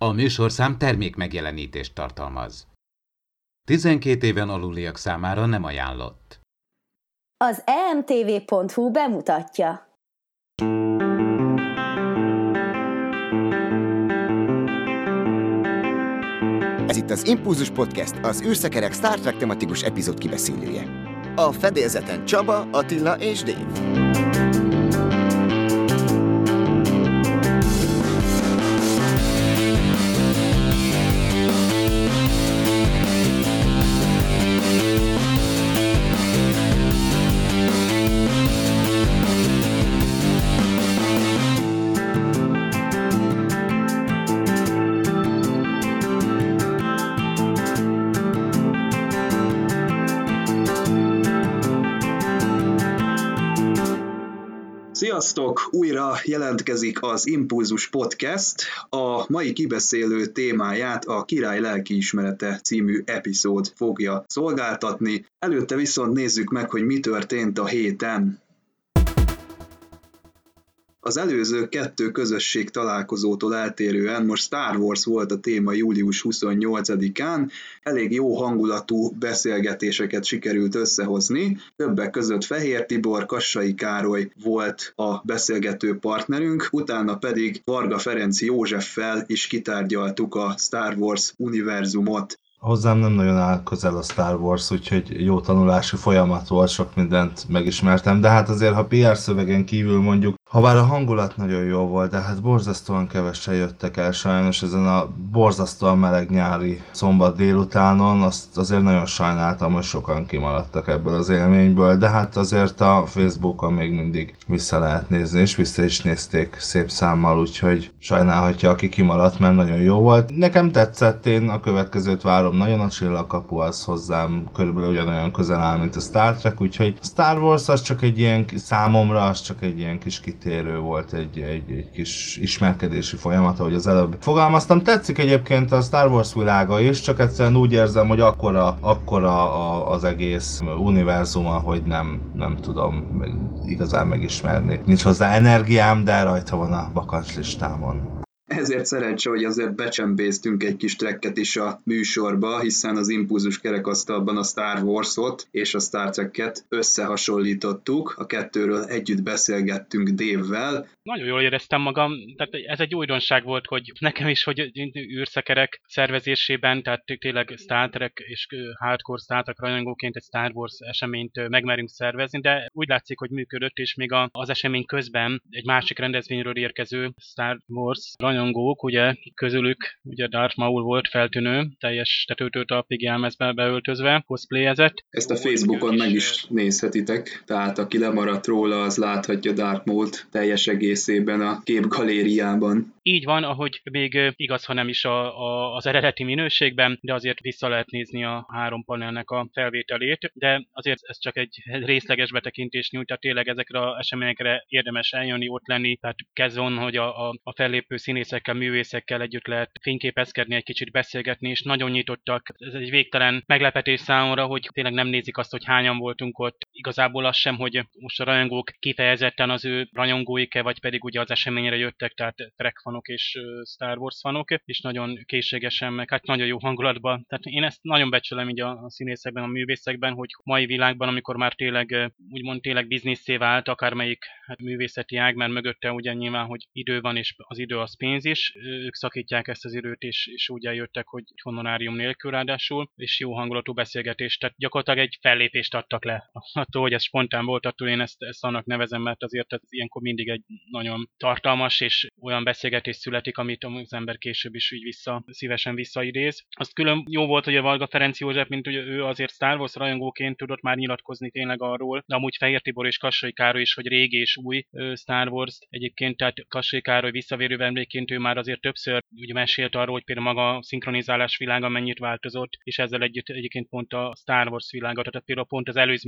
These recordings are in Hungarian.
A műsorszám termékmegjelenítést tartalmaz. 12 éven aluliak számára nem ajánlott. Az emtv.hu bemutatja. Ez itt az Impulzus Podcast, az űrszekerek Star Trek tematikus epizód kibeszélője. A fedélzeten Csaba, Attila és Dave. Sziasztok! Újra jelentkezik az Impulzus Podcast. A mai kibeszélő témáját a Király lelkiismerete című epizód fogja szolgáltatni. Előtte viszont nézzük meg, hogy mi történt a héten. Az előző 2 közösség találkozótól eltérően most Star Wars volt a téma július 28-án, elég jó hangulatú beszélgetéseket sikerült összehozni, többek között Fehér Tibor, Kassai Károly volt a beszélgető partnerünk, utána pedig Varga Ferenc Józseffel is kitárgyaltuk a Star Wars univerzumot. Hozzám nem nagyon áll közel a Star Wars, úgyhogy jó tanulási folyamat volt, sok mindent megismertem, de hát azért, ha PR szövegen kívül mondjuk, ha bár a hangulat nagyon jó volt, de hát borzasztóan kevesen jöttek el sajnos ezen a borzasztóan meleg nyári szombat délutánon, azt azért nagyon sajnáltam, hogy sokan kimaradtak ebből az élményből, de hát azért a Facebookon még mindig vissza lehet nézni, és vissza is nézték szép számmal, úgyhogy sajnálhatja, aki kimaradt, mert nagyon jó volt. Nekem tetszett, én a következőt várom, nagyon a Csillagkapu az hozzám körülbelül ugyanolyan közel áll, mint a Star Trek, úgyhogy Star Wars az csak egy ilyen, számomra az csak egy ilyen kis kitérő volt, egy kis ismerkedési folyamat, ahogy az előbb fogalmaztam. Tetszik egyébként a Star Wars világa is, csak egyszerűen úgy érzem, hogy akkora az egész univerzuma, hogy nem tudom igazán megismerni. Nincs hozzá energiám, de rajta van a bakancslistámon. Ezért szerencsé, hogy azért becsempésztünk egy kis trekket is a műsorba, hiszen az Impulzus kerekasztalban a Star Wars-ot és a Star Trek-et összehasonlítottuk, a kettőről együtt beszélgettünk Dave-vel. Nagyon jól éreztem magam, tehát ez egy újdonság volt, hogy nekem is, hogy űrszekerek szervezésében, tehát tényleg Star Trek és hardcore Star Trek rajongóként egy Star Wars eseményt megmerünk szervezni, de úgy látszik, hogy működött, és még az esemény közben egy másik rendezvényről érkező Star Wars rajongók, ugye közülük ugye Darth Maul volt feltűnő, teljes tetőtől talpig jelmezbe beöltözve, cosplayezett. Ezt a Facebookon meg is nézhetitek, tehát aki lemaradt róla, az láthatja Darth Mault teljes egészében a képgalériában. Így van, ahogy még igaz, ha nem is az eredeti minőségben, de azért vissza lehet nézni a 3 panelnek a felvételét, de azért ez csak egy részleges betekintést nyújt, tehát tényleg ezekre az eseményekre érdemes eljönni, ott lenni, tehát kezdve, hogy a fellépő színészekkel, művészekkel együtt lehet fényképezkedni, egy kicsit beszélgetni, és nagyon nyitottak. Ez egy végtelen meglepetés számomra, hogy tényleg nem nézik azt, hogy hányan voltunk ott. Igazából az sem, hogy most a rajongók kifejezetten az ő rajongóik-e, vagy pedig ugye az eseményre jöttek, tehát Trek fanok és Star Wars fanok, és nagyon készségesen, meg hát nagyon jó hangulatban. Tehát én ezt nagyon becsülem így a színészekben, a művészekben, hogy mai világban, amikor már tényleg úgymond tényleg bizniszé vált akármelyik művészeti ág, mert mögötte ugye nyilván, hogy idő van, és az idő az pénz is, ők szakítják ezt az időt, és úgy eljöttek, hogy honorárium nélkül ráadásul, és jó hangulatú beszélgetést, tehát gyakorlatilag egy fellépést adtak le. Attól, hogy ez spontán volt, attól én ezt annak nevezem, mert azért ez ilyenkor mindig egy nagyon tartalmas és olyan beszélgetés születik, amit az ember később is így szívesen visszaidéz. Azt külön jó volt, hogy a Varga Ferenc József, mint ugye ő azért Star Wars rajongóként tudott már nyilatkozni tényleg arról, de amúgy Fehér Tibor és Kassai Károly is, hogy régi és új Star Wars. Egyébként tehát Kassai Károly visszavérő vendégként ő már azért többször ugye mesélt arról, hogy például maga a szinkronizálás világa mennyit változott, és ezzel együtt egyébként pont a Star Wars világa, tehát például pont az előzmény trilógia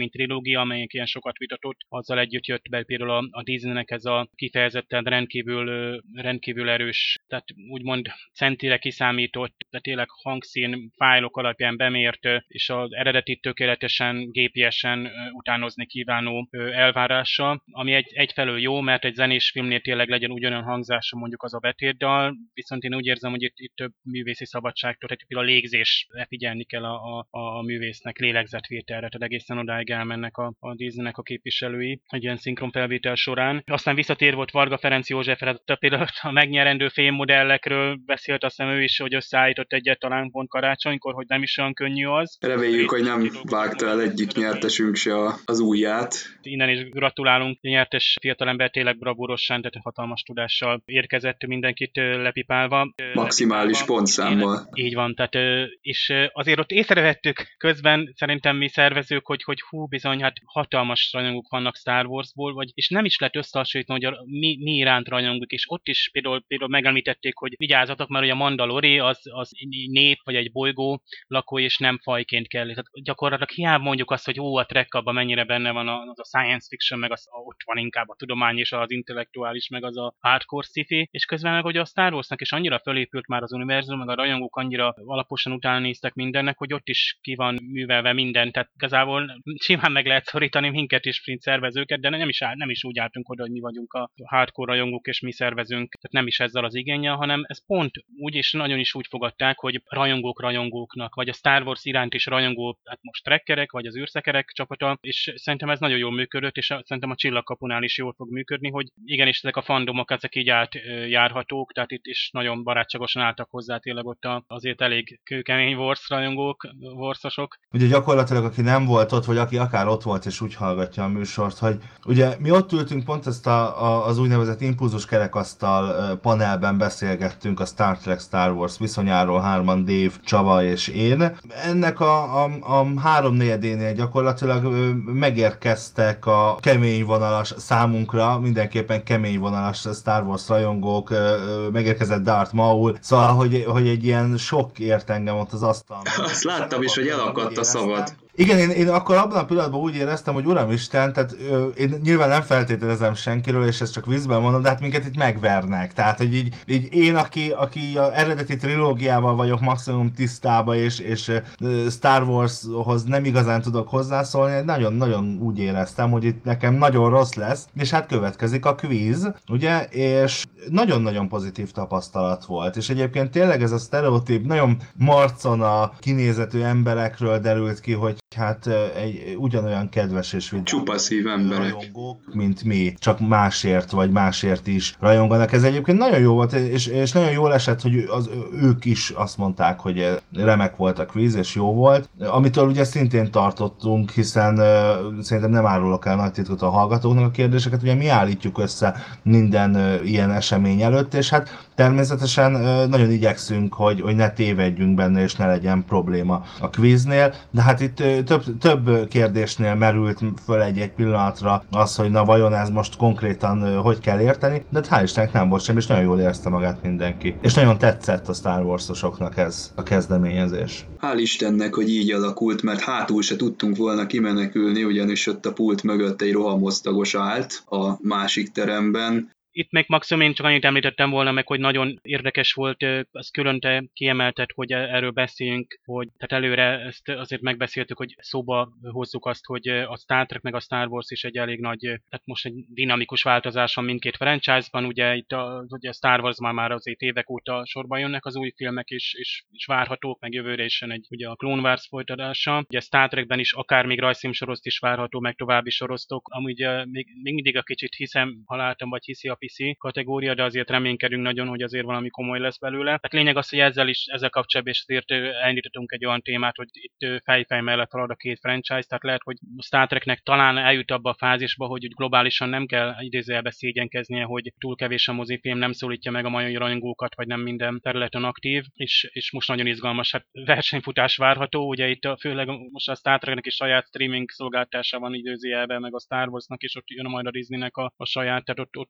trilógia, amelyik ilyen sokat vitatott, azzal együtt jött be például a Disneynek ez a kifejezetten rendkívül erős, tehát úgymond centire kiszámított, tehát tényleg hangszín fájlok alapján bemért, és az eredetit tökéletesen, gépiesen utánozni kívánó elvárása, ami egyfelől jó, mert egy zenés filmnél tényleg legyen ugyanolyan hangzása mondjuk az a betétdal, viszont én úgy érzem, hogy itt több művészi szabadságtól, tehát például a légzésre figyelni kell a művésznek, lélegzetvételre, tehát egészen odáig elmennek a Disneynek a képviselői egy ilyen szinkronfelvétel során. Aztán visszatér volt Varga Ferenc Józsefre, például a megnyerendő fémmodellekről beszélt, azt hiszem ő is, hogy összeállított egyet talán pont karácsonykor, hogy nem is olyan könnyű az. Reméljük, hogy nem vágta el egyik nyertesünk se az ujját. Innen is gratulálunk, a nyertes fiatalember tényleg bravúrosan, tehát hatalmas tudással érkezett, mindenkit lepipálva. Maximális pontszámmal. Így van, tehát és azért ott észrevettük közben szerintem mi szervezők, hogy hú, bizony, hát hatalmas rajongók vannak Star Warsból, és nem is lehet összehasonlítani, hogy mi iránt rajongók, és ott is például megemlítették, hogy vigyázzatok, mert hogy a Mandalori az nép, vagy egy bolygó lakó, és nem fajként kell. Tehát gyakorlatilag hiába mondjuk azt, hogy a Trek abban mennyire benne van az a science fiction, meg ott van inkább a tudomány, és az intellektuális, meg az a hardcore sci-fi, és közben meg, hogy a Star Warsnak is annyira fölépült már az univerzum, meg a rajongók annyira alaposan utána néztek mindennek, hogy ott is ki van művelve minden. Tehát igazából simán meg lehet szorítani minket is, print szervezőket, de nem is úgy álltunk oda, hogy mi vagyunk a hardcore rajongók, és mi szervezünk. Tehát nem is ezzel az igénnyel, hanem ez pont úgy, és nagyon is úgy fogadták, hogy rajongóknak, vagy a Star Wars iránt is rajongó, hát most trekkerek, vagy az űrszekerek csapata, és szerintem ez nagyon jól működött, és szerintem a Csillagkapunál is jól fog működni, hogy igenis ezek a fandomok, ezek így átjárhatók, tehát itt is nagyon barátságosan álltak hozzá tényleg ott azért elég kőkemény Warsosok. Ugye gyakorlatilag, aki nem volt ott, vagy aki akár ott volt és úgy hallgatja a műsort, hogy ugye mi ott ültünk, pont ezt az úgynevezett impulzus kerekasztal panelben beszélgettünk a Star Trek Star Wars viszonyáról, hárman, Dave, Csaba és én. Ennek a háromnegyedénél gyakorlatilag megérkeztek a kemény vonalas, számunkra mindenképpen kemény vonalas Star Wars rajongók, megérkezett Darth Maul, szóval, hogy egy ilyen sok ért engem ott az asztalon. Azt láttam is, hogy elakadt a szavad. Igen, én akkor abban a pillanatban úgy éreztem, hogy Uramisten, tehát én nyilván nem feltételezem senkiről, és ezt csak vízben mondom, de hát minket itt megvernek. Tehát, hogy így én, aki az eredeti trilógiával vagyok maximum tisztában, és Star Warshoz nem igazán tudok hozzászólni, nagyon-nagyon úgy éreztem, hogy itt nekem nagyon rossz lesz, és hát következik a kvíz, ugye, és nagyon-nagyon pozitív tapasztalat volt, és egyébként tényleg ez a sztereotíp nagyon marcona kinézetű emberekről derült ki, hogy hát egy ugyanolyan kedves és csupaszív emberek, mint mi, csak másért vagy másért is rajonganak. Ez egyébként nagyon jó volt, és nagyon jól esett, hogy ők is azt mondták, hogy remek volt a kvíz, és jó volt. Amitől ugye szintén tartottunk, hiszen szerintem nem árulok el nagy titkot a hallgatóknak a kérdéseket, ugye mi állítjuk össze minden ilyen esemény előtt, és hát természetesen nagyon igyekszünk, hogy ne tévedjünk benne, és ne legyen probléma a kvíznél, de hát itt több kérdésnél merült föl egy pillanatra az, hogy na vajon ez most konkrétan hogy kell érteni, de hál' Istennek nem volt sem, és nagyon jól érezte magát mindenki. És nagyon tetszett a Star Wars-osoknak ez a kezdeményezés. Hál' Istennek, hogy így alakult, mert hátul se tudtunk volna kimenekülni, ugyanis ott a pult mögött egy rohamosztagos állt a másik teremben. Itt még maximum én csak annyit említettem volna meg, hogy nagyon érdekes volt, az külön te kiemelted, hogy erről beszéljünk, hogy tehát előre ezt azért megbeszéltük, hogy szóba hozzuk azt, hogy a Star Trek meg a Star Wars is egy elég nagy, tehát most egy dinamikus változás van mindkét franchise-ban, ugye itt ugye a Star Wars már azért évek óta sorban jönnek az új filmek is várhatók, meg jövőre is jön ugye a Clone Wars folytatása. Ugye a Star Trekben is akár még rajzfilmsorozt is várható, meg további soroztok, amúgy még mindig a kicsit hiszem, ha látom, vagy hiszi a PC kategória, de azért reménykedünk nagyon, hogy azért valami komoly lesz belőle. Tehát lényeg az, hogy ezzel kapcsolatban is azért elindítottunk egy olyan témát, hogy itt fejfej mellett halad a két franchise, tehát lehet, hogy Star Treknek talán eljut abba a fázisba, hogy globálisan nem kell idézőjelbe szégyenkeznie, hogy túl kevés a mozifilm, nem szólítja meg a mai rajongókat, vagy nem minden területen aktív, és most nagyon izgalmas, hát versenyfutás várható, ugye itt főleg most a Star Treknek is saját streaming szolgáltása van idézőjelben, meg a Star Warsnak is ott jön majd a Disneynek a saját, tehát ott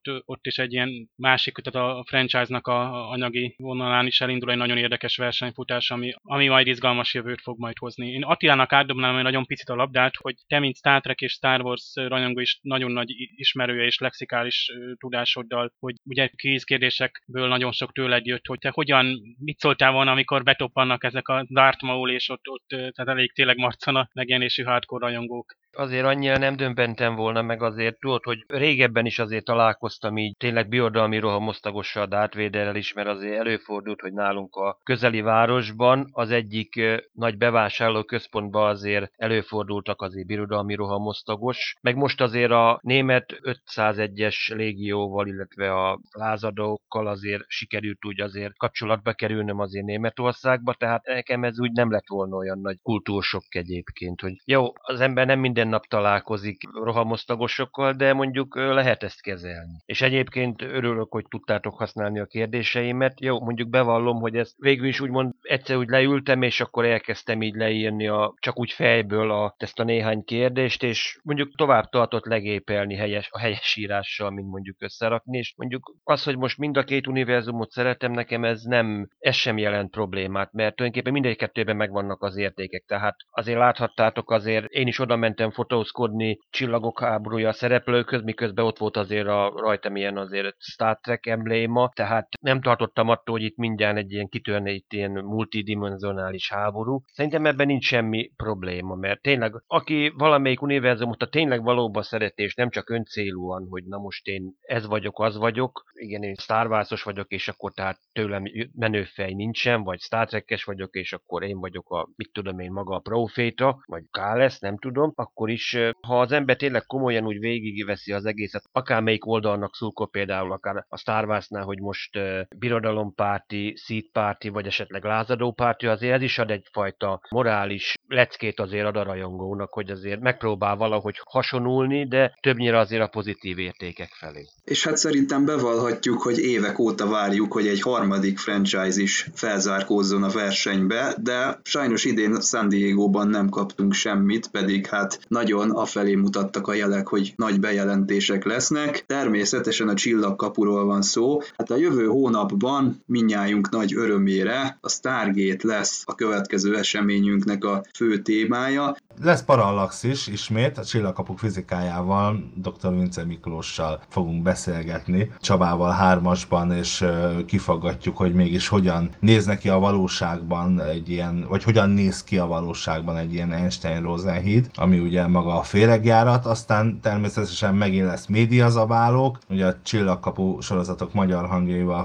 is egy ilyen másik, tehát a franchise-nak a anyagi vonalán is elindul egy nagyon érdekes versenyfutás, ami majd izgalmas jövőt fog majd hozni. Én Attilának átdobnám egy nagyon picit a labdát, hogy te, mint Star Trek és Star Wars rajongó is nagyon nagy ismerője és lexikális tudásoddal, hogy ugye kvízkérdésekből nagyon sok tőled jött, hogy te mit szóltál volna, amikor betoppannak ezek a Darth Maul, és ott tehát elég tényleg marcana megjelenésű hardcore rajongók. Azért annyira nem dömbentem volna, meg azért tudod, hogy régebben is azért találkoztam így tényleg birodalmi rohamosztagossal, Darth Vaderrel is, mert azért előfordult, hogy nálunk a közeli városban az egyik nagy bevásárló központban azért előfordultak azért birodalmi rohamosztagos, meg most azért a német 501-es légióval, illetve a lázadókkal azért sikerült úgy azért kapcsolatba kerülnöm azért Németországba, tehát nekem ez úgy nem lett volna olyan nagy kultúrsokk egyébként, hogy jó, az ember nem minden nap találkozik rohamosztagosokkal, de mondjuk lehet ezt kezelni. És egyébként örülök, hogy tudtátok használni a kérdéseimet. Jó, mondjuk bevallom, hogy ezt végül is úgymond egyszer úgy leültem, és akkor elkezdtem így leírni csak úgy fejből ezt a néhány kérdést, és mondjuk tovább tartott legépelni a helyesírással, mint mondjuk összerakni, és mondjuk az, hogy most mind a két univerzumot szeretem, nekem ez sem jelent problémát, mert tulajdonképpen mindegyik megvannak az értékek, tehát azért láthattátok, azért én is oda mentem fotózkodni Csillagok háborúja a szereplőkhöz, miközben ott volt azért rajtam ilyen azért Star Trek embléma, tehát nem tartottam attól, hogy itt mindjárt egy ilyen kitörne itt ilyen multidimensionális háború. Szerintem ebben nincs semmi probléma, mert tényleg, aki valamelyik univerzumot tényleg valóban szereti, és nem csak öncélúan, hogy na most én ez vagyok, az vagyok, igen, én Star Wars-os vagyok, és akkor tehát tőlem menőfej nincsen, vagy Star Trek-es vagyok, és akkor én vagyok maga a proféta, vagy Kálesz, nem tudom, akkor is, ha az ember tényleg komolyan úgy végigveszi az egészet, akármelyik oldalnak szurkol, például akár a Star Wars-nál, hogy most birodalompárti, szídpárti, vagy esetleg lázadópárti, azért ez is ad egyfajta morális leckét azért ad a rajongónak, hogy azért megpróbál valahogy hasonulni, de többnyire azért a pozitív értékek felé. És hát szerintem bevallhatjuk, hogy évek óta várjuk, hogy egy harmadik franchise is felzárkózzon a versenybe, de sajnos idén San Diegóban nem kaptunk semmit, pedig hát nagyon afelé mutattak a jelek, hogy nagy bejelentések lesznek. Természetesen a Csillagkapuról van szó. Hát a jövő hónapban mindnyájunk nagy örömére a Stargate lesz a következő eseményünknek a fő témája. Lesz Parallax is, ismét, a Csillagkapuk fizikájával, dr. Vince Miklóssal fogunk beszélgetni, Csabával 3-asban, és kifaggatjuk, hogy mégis hogyan néz neki a valóságban egy ilyen, vagy hogyan néz ki a valóságban egy ilyen Einstein-Rosen híd, ami ugye maga a féregjárat, aztán természetesen megint lesz médiazabálók, ugye a Csillagkapu sorozatok magyar hangjaival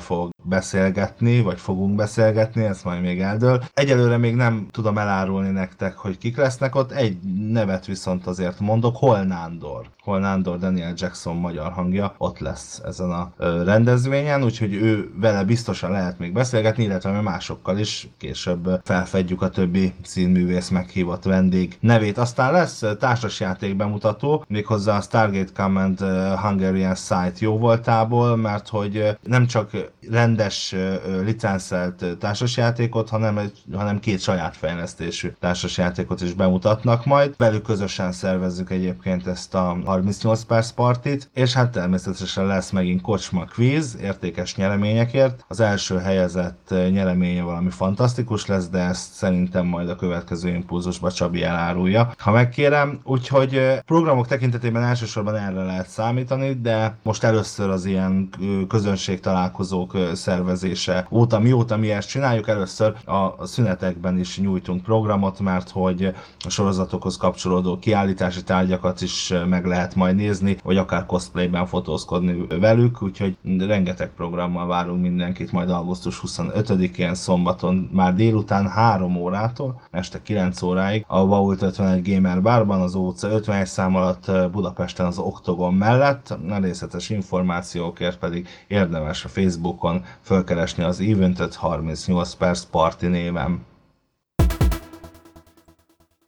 fogunk beszélgetni, ezt majd még eldől. Egyelőre még nem tudom elárulni nektek, hogy kik lesznek ott, egy nevet viszont azért mondok, Hol Nándor, Daniel Jackson magyar hangja, ott lesz ezen a rendezvényen, úgyhogy ő vele biztosan lehet még beszélgetni, illetve másokkal is később felfedjük a többi színművész meghívott vendég nevét. Aztán lesz társasjáték bemutató, méghozzá a Stargate Command Hungarian Site jóvoltából, mert hogy nem csak rendes licenszelt társasjátékot, hanem két saját fejlesztésű társasjátékot is bemutatnak majd. Velük közösen szervezzük egyébként ezt a 38 perc partit, és hát természetesen lesz megint kocsma quiz, értékes nyereményekért. Az első helyezett nyereménye valami fantasztikus lesz, de ezt szerintem majd a következő impulzusba Csabi elárulja, ha megkérem. Úgyhogy programok tekintetében elsősorban erre lehet számítani, de most először az ilyen közönségtalálkozók szervezése óta, mióta mi ezt csináljuk, először a szünetekben is nyújtunk programot, mert hogy a sorozatokhoz kapcsolódó kiállítási tárgyakat is meg lehet majd nézni, vagy akár cosplayben fotózkodni velük, úgyhogy rengeteg programmal várunk mindenkit majd augusztus 25-én szombaton már délután 3 órától, este 9 óráig a Vault 51 Gamer Barban, az OC 51 szám alatt Budapesten az Oktogon mellett. A részletes információkért pedig érdemes a Facebookon fölkeresni az eventet 38 perc party néven.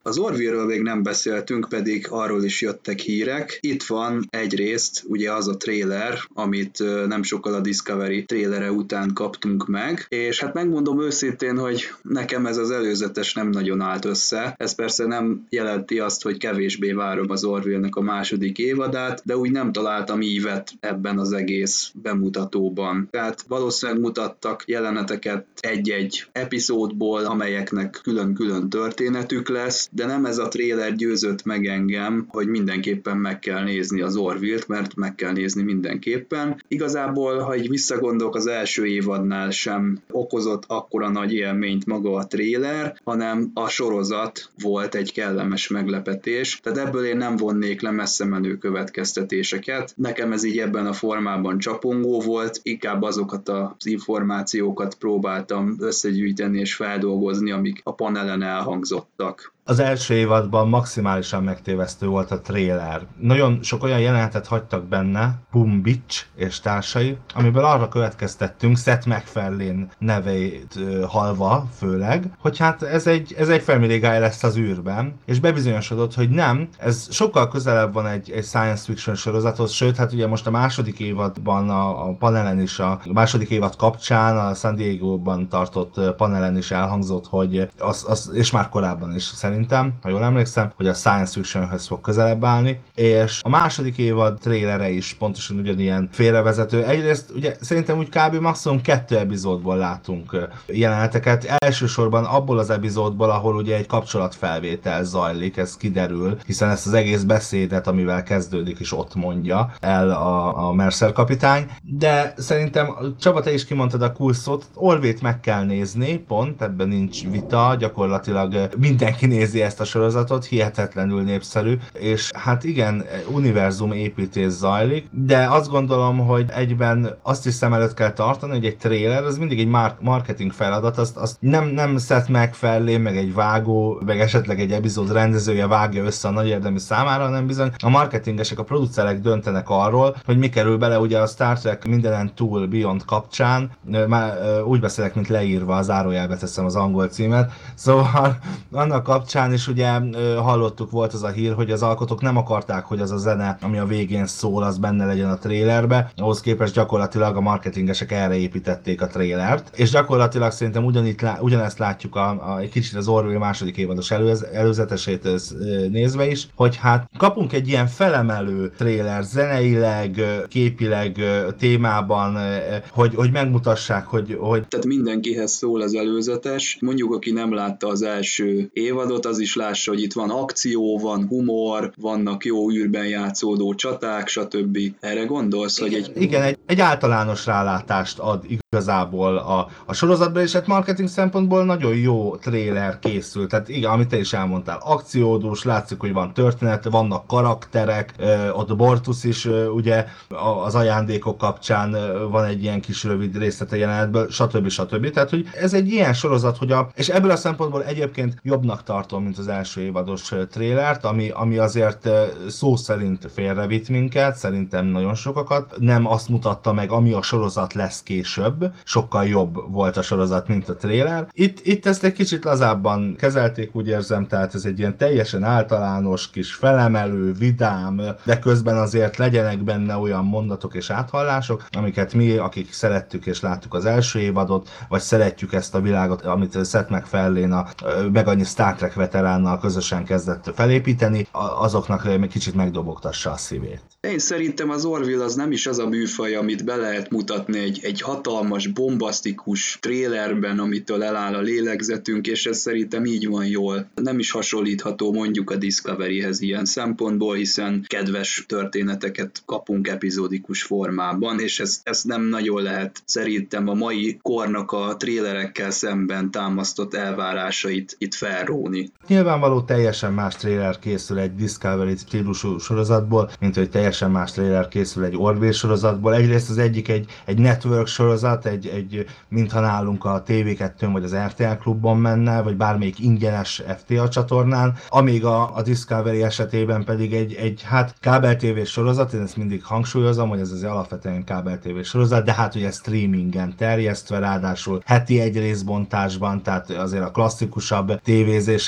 Az Orville-ről még nem beszéltünk, pedig arról is jöttek hírek. Itt van egyrészt ugye az a trailer, amit nem sokkal a Discovery trailere után kaptunk meg, és hát megmondom őszintén, hogy nekem ez az előzetes nem nagyon állt össze. Ez persze nem jelenti azt, hogy kevésbé várom az Orville-nek a második évadát, de úgy nem találtam ívet ebben az egész bemutatóban. Tehát valószínűleg mutattak jeleneteket egy-egy epizódból, amelyeknek külön-külön történetük lesz, de nem ez a trailer győzött meg engem, hogy mindenképpen meg kell nézni az Orville-t, mert meg kell nézni mindenképpen. Igazából, ha így visszagondolok, az első évadnál sem okozott akkora nagy élményt maga a trailer, hanem a sorozat volt egy kellemes meglepetés, tehát ebből én nem vonnék le messze menő következtetéseket. Nekem ez így ebben a formában csapongó volt, inkább azokat az információkat próbáltam összegyűjteni és feldolgozni, amik a panelen elhangzottak. Az első évadban maximálisan megtévesztő volt a trailer. Nagyon sok olyan jelenetet hagytak benne, Boom Bitch és társai, amiből arra következtettünk, Seth MacFarlane nevét hallva főleg, hogy hát ez egy Family Guy lesz az űrben, és bebizonyosodott, hogy nem, ez sokkal közelebb van egy science fiction sorozathoz, sőt, hát ugye most a második évadban a panelen is, a második évad kapcsán a San Diego-ban tartott panelen is elhangzott, hogy és már korábban is szerintem, ha jól emlékszem, hogy a science fictionhöz fog közelebb állni, és a második évad trailere is pontosan ugyanilyen félrevezető. Egyrészt ugye szerintem úgy kb. Maximum 2 epizódból látunk jeleneteket, elsősorban abból az epizódból, ahol ugye egy kapcsolatfelvétel zajlik, ez kiderül, hiszen ezt az egész beszédet, amivel kezdődik is ott mondja el a Mercer kapitány, de szerintem Csaba, te is kimondtad a cool szót, Orville-t meg kell nézni, pont, ebben nincs vita, gyakorlatilag mindenki nézi ezt a sorozatot, hihetetlenül népszerű, és hát igen, univerzum építés zajlik, de azt gondolom, hogy egyben azt is szem előtt kell tartani, hogy egy trailer, az mindig egy marketing feladat, azt nem Seth MacFarlane, meg egy vágó, meg esetleg egy epizód rendezője vágja össze a nagy érdemű számára, hanem bizony a marketingesek, a producerek döntenek arról, hogy mi kerül bele ugye a Star Trek mindenen túl Beyond kapcsán, már úgy beszélek, mint leírva, zárójelbe teszem az angol címet, szóval annak kapcsán is ugye hallottuk, volt az a hír, hogy az alkotók nem akarták, hogy az a zene, ami a végén szól, az benne legyen a trailerbe, ahhoz képest gyakorlatilag a marketingesek erre építették a trailert, és gyakorlatilag szerintem ugyanezt látjuk egy kicsit az Orville második évados előzetesét nézve is, hogy hát kapunk egy ilyen felemelő trailer zeneileg, képileg, témában, hogy megmutassák, hogy... Tehát mindenkihez szól az előzetes, mondjuk aki nem látta az első évadot, az is lássa, hogy itt van akció, van humor, vannak jó űrben játszódó csaták, stb. Erre gondolsz, hogy Igen, egy általános rálátást ad igazából a sorozatban, és hát marketing szempontból nagyon jó trailer készült. Tehát igen, amit te is elmondtál, akciódús, látszik, hogy van történet, vannak karakterek, ott Bortus is ugye az ajándékok kapcsán van egy ilyen kis rövid részlete jelenetből, stb. Tehát, hogy ez egy ilyen sorozat, hogy és ebből a szempontból egyébként jobbnak tartom, mint az első évados trailert, ami azért szó szerint félrevitt minket, szerintem nagyon sokakat. Nem azt mutatta meg, ami a sorozat lesz később, sokkal jobb volt a sorozat, mint a trailer. Itt ezt egy kicsit lazábban kezelték, úgy érzem, tehát ez egy ilyen teljesen általános, kis felemelő, vidám, de közben azért legyenek benne olyan mondatok és áthallások, amiket mi, akik szerettük és láttuk az első évadot, vagy szeretjük ezt a világot, amit Seth MacFarlane meg annyi Star Trek veteránnal közösen kezdett felépíteni, azoknak egy kicsit megdobogtassa a szívét. Én szerintem az Orville az nem is az a műfaj, amit be lehet mutatni egy hatalmas, bombasztikus trélerben, amitől eláll a lélegzetünk, és ez szerintem így van jól. Nem is hasonlítható mondjuk a Discoveryhez ilyen szempontból, hiszen kedves történeteket kapunk epizódikus formában, és ezt nem nagyon lehet szerintem a mai kornak a trélerekkel szemben támasztott elvárásait itt felróni. Nyilvánvaló teljesen más trailer készül egy Discovery stílusú sorozatból, mint hogy teljesen más trailer készül egy Orville sorozatból. Egyrészt az egyik egy network sorozat, egy mintha nálunk a TV2-n vagy az RTL klubban menne, vagy bármelyik ingyenes FTA csatornán, amíg a Discovery esetében pedig egy hát kábel TV sorozat, én ezt mindig hangsúlyozom, hogy ez az alapvetően kábel TV sorozat, de hát ugye streamingen terjesztve, ráadásul heti egy részbontásban, tehát azért a klasszikusabb tévézéshez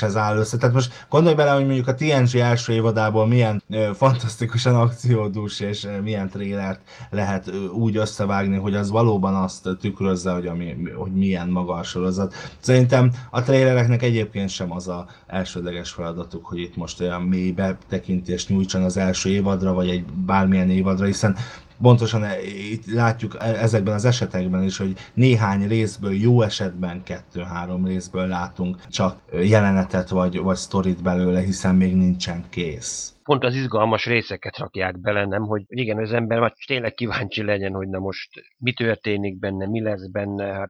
ez áll össze. Tehát most gondolj bele, hogy mondjuk a TNG első évadából milyen fantasztikusan akciódús és milyen trélert lehet úgy összevágni, hogy az valóban azt tükrözze, hogy milyen maga a sorozat. Szerintem a trélereknek egyébként sem az az elsődleges feladatuk, hogy itt most olyan mély betekintést nyújtson az első évadra, vagy egy bármilyen évadra, hiszen pontosan itt látjuk ezekben az esetekben is, hogy néhány részből, jó esetben 2-3 részből látunk csak jelenetet vagy sztorit belőle, hiszen még nincsen kész. Pont az izgalmas részeket rakják bele, nem? Hogy igen, az ember már tényleg kíváncsi legyen, hogy na most mi történik benne, mi lesz benne. Hát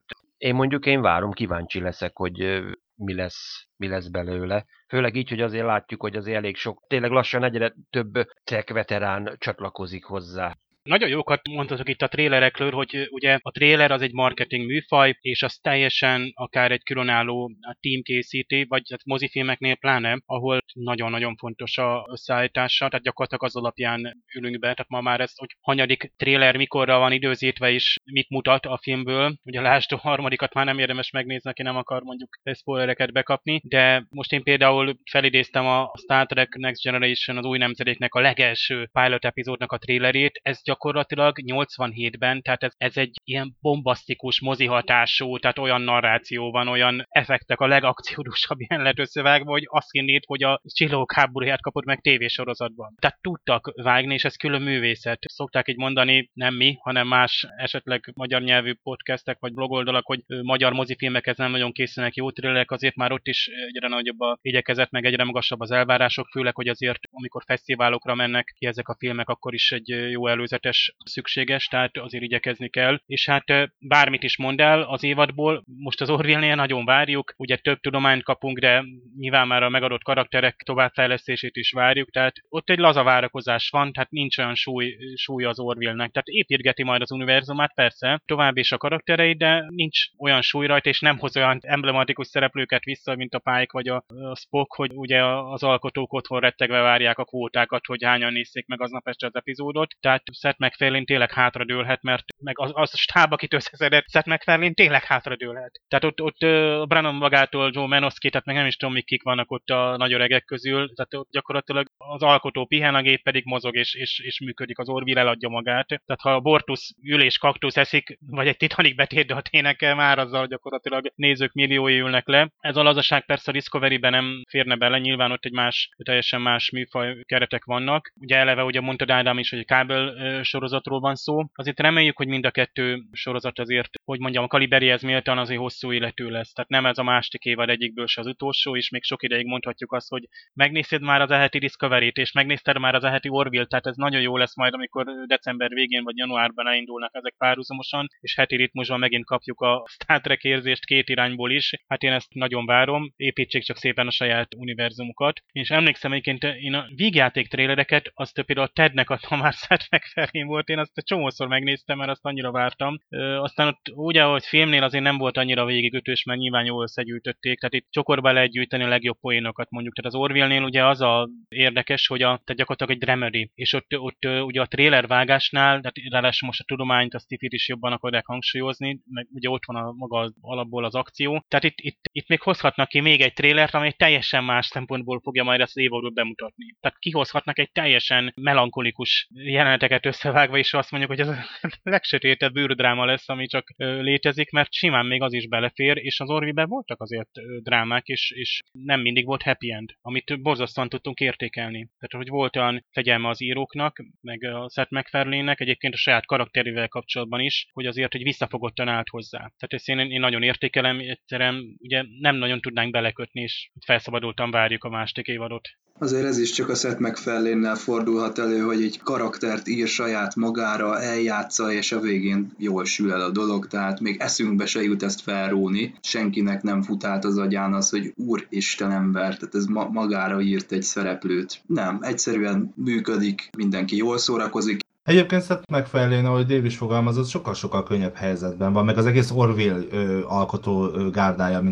én várom, kíváncsi leszek, hogy mi lesz belőle. Főleg így, hogy azért látjuk, hogy azért elég sok, tényleg lassan egyre több Trek veterán csatlakozik hozzá. Nagyon jókat mondhatok itt a trélerekről, hogy ugye a tréler az egy marketing műfaj, és az teljesen akár egy különálló team készíti, vagy hát mozifilmeknél pláne, ahol nagyon-nagyon fontos a összeállítása, tehát gyakorlatilag az alapján ülünk be, tehát ma már ez, hogy hanyadik tréler mikorra van időzítve is, mit mutat a filmből, ugye lásd a harmadikat már nem érdemes megnézni, aki nem akar mondjuk spoilereket bekapni, de most én például felidéztem a Star Trek Next Generation, az új nemzedéknek a legelső pilot epizódnak a trélerét, ez gyakorlatilag 87-ben, tehát ez egy ilyen bombasztikus mozihatású, tehát olyan narráció van, olyan effektek, a legakciódusabb ilyen lett összevágva, hogy azt hinnéd, hogy a Csillagok háborúját kapod meg tévésorozatban. Tehát tudtak vágni, és ez külön művészet. Szokták így mondani, nem mi, hanem más esetleg magyar nyelvű podcastek vagy blogoldalak, hogy magyar mozifilmekhez nem nagyon készülnek jó trélerek, azért már ott is egyre nagyobb a igyekezet, meg egyre magasabb az elvárások, főleg, hogy azért amikor fesztiválokra mennek ki ezek a filmek, akkor is egy jó előzetes szükséges, tehát azért igyekezni kell. És hát bármit is mond el az évadból, most az Orville-nél nagyon várjuk, ugye több tudományt kapunk, de nyilván már a megadott karakterek továbbfejlesztését is várjuk, tehát ott egy laza várakozás van, tehát nincs olyan súly az Orville-nek. Tehát építgeti majd az univerzumát, persze, tovább is a karaktereit, de nincs olyan súly rajta, és nem hoz olyan emblematikus szereplőket vissza, mint a Pike vagy a Spock, hogy ugye az alkotók otthon rettegve várják a kvótákat, hogy hányan nézzék meg aznap este az epizódot. Tehát Seth MacFarlane tényleg hátradőlhet, mert meg az a stáb, akit összeszedett, Seth MacFarlane tényleg hátradőlhet. Tehát ott Brannon magától Joe Menosky, tehát meg nem is tudom, mik kik vannak ott a nagy öregek közül, tehát ott gyakorlatilag az alkotó pihen, a gép pedig mozog és működik, az Orville eladja magát. Tehát ha a Bortus ül és kaktusz eszik, vagy egy Titanic betétdalt énekel, már azzal gyakorlatilag nézők milliói ülnek le. Ez a lazaság persze a Discovery-ben nem férne bele, nyilván ott teljesen más műfaj keretek vannak. Ugye eleve ugye mondtad Ádám is, hogy egy kábel sorozatról van szó. Azért reméljük, hogy mind a kettő sorozat azért, hogy mondjam, a kaliberihez méltán azért hosszú életű lesz. Tehát nem ez a második évad egyikből se az utolsó, és még sok ideig mondhatjuk azt, hogy megnézted már az eheti Discovery-t, és megnézted már az eheti Orville, tehát ez nagyon jó lesz majd, amikor december végén vagy januárban elindulnak ezek párhuzamosan, és heti ritmusban megint kapjuk a Star Trek érzést két irányból is. Hát én ezt nagyon várom, építsék csak szépen a saját univerzumukat. És emlékszem egyébként, én a vígjáték trélereket, azt például a Tednek a Tamar Seth MacFarlane volt, én azt csomószor megnéztem, mert azt annyira vártam. Aztán ott úgy, ahogy filmnél azért nem volt annyira végigütős, mert nyilván jól összegyűjtötték, tehát itt csokorba lehet gyűjteni a legjobb poénokat mondjuk. Tehát az Orville-nél ugye az a érdekes, hogy tehát gyakorlatilag egy dramedy, és ott ugye a trailer vágásnál, tehát ráadásul most a tudományt, a sci-fit is jobban akarják hangsúlyozni, meg ugye ott van a maga alapból az akció. Tehát itt még hozhatnak ki még egy trailert, amely teljesen más szempontból fogja majd ezt az évadot bemutatni. Tehát kihozhatnak egy teljesen melankolikus jeleneteket összevágva, és azt mondjuk, hogy ez a legsötétebb bűrdráma lesz, ami csak létezik, mert simán még az is belefér, és az Orville-ben voltak azért drámák, és nem mindig volt happy end, amit borzasztóan tudtunk értékelni. Tehát, hogy volt olyan fegyelme az íróknak, meg a Seth MacFarlane-nek, egyébként a saját karakterével kapcsolatban is, hogy azért, hogy visszafogottan állt hozzá. Tehát ezt én nagyon értékelem, egyszerűen ugye nem nagyon tudnánk belekötni, és felszabadultan várjuk a második évadot. Azért ez is csak a Seth MacFarlane-nel fordulhat elő, hogy egy karaktert ír saját magára, eljátsza, és a végén jól sül el a dolog, tehát még eszünkbe se jut ezt felróni. Senkinek nem fut át az agyán az, hogy Úristen ember, tehát ez magára írt egy szereplőt. Nem, egyszerűen működik, mindenki jól szórakozik. Egyébként Seth MacFarlane, ahogy Dave is fogalmazott, sokkal-sokkal könnyebb helyzetben van, meg az egész Orville alkotó gárdája, mint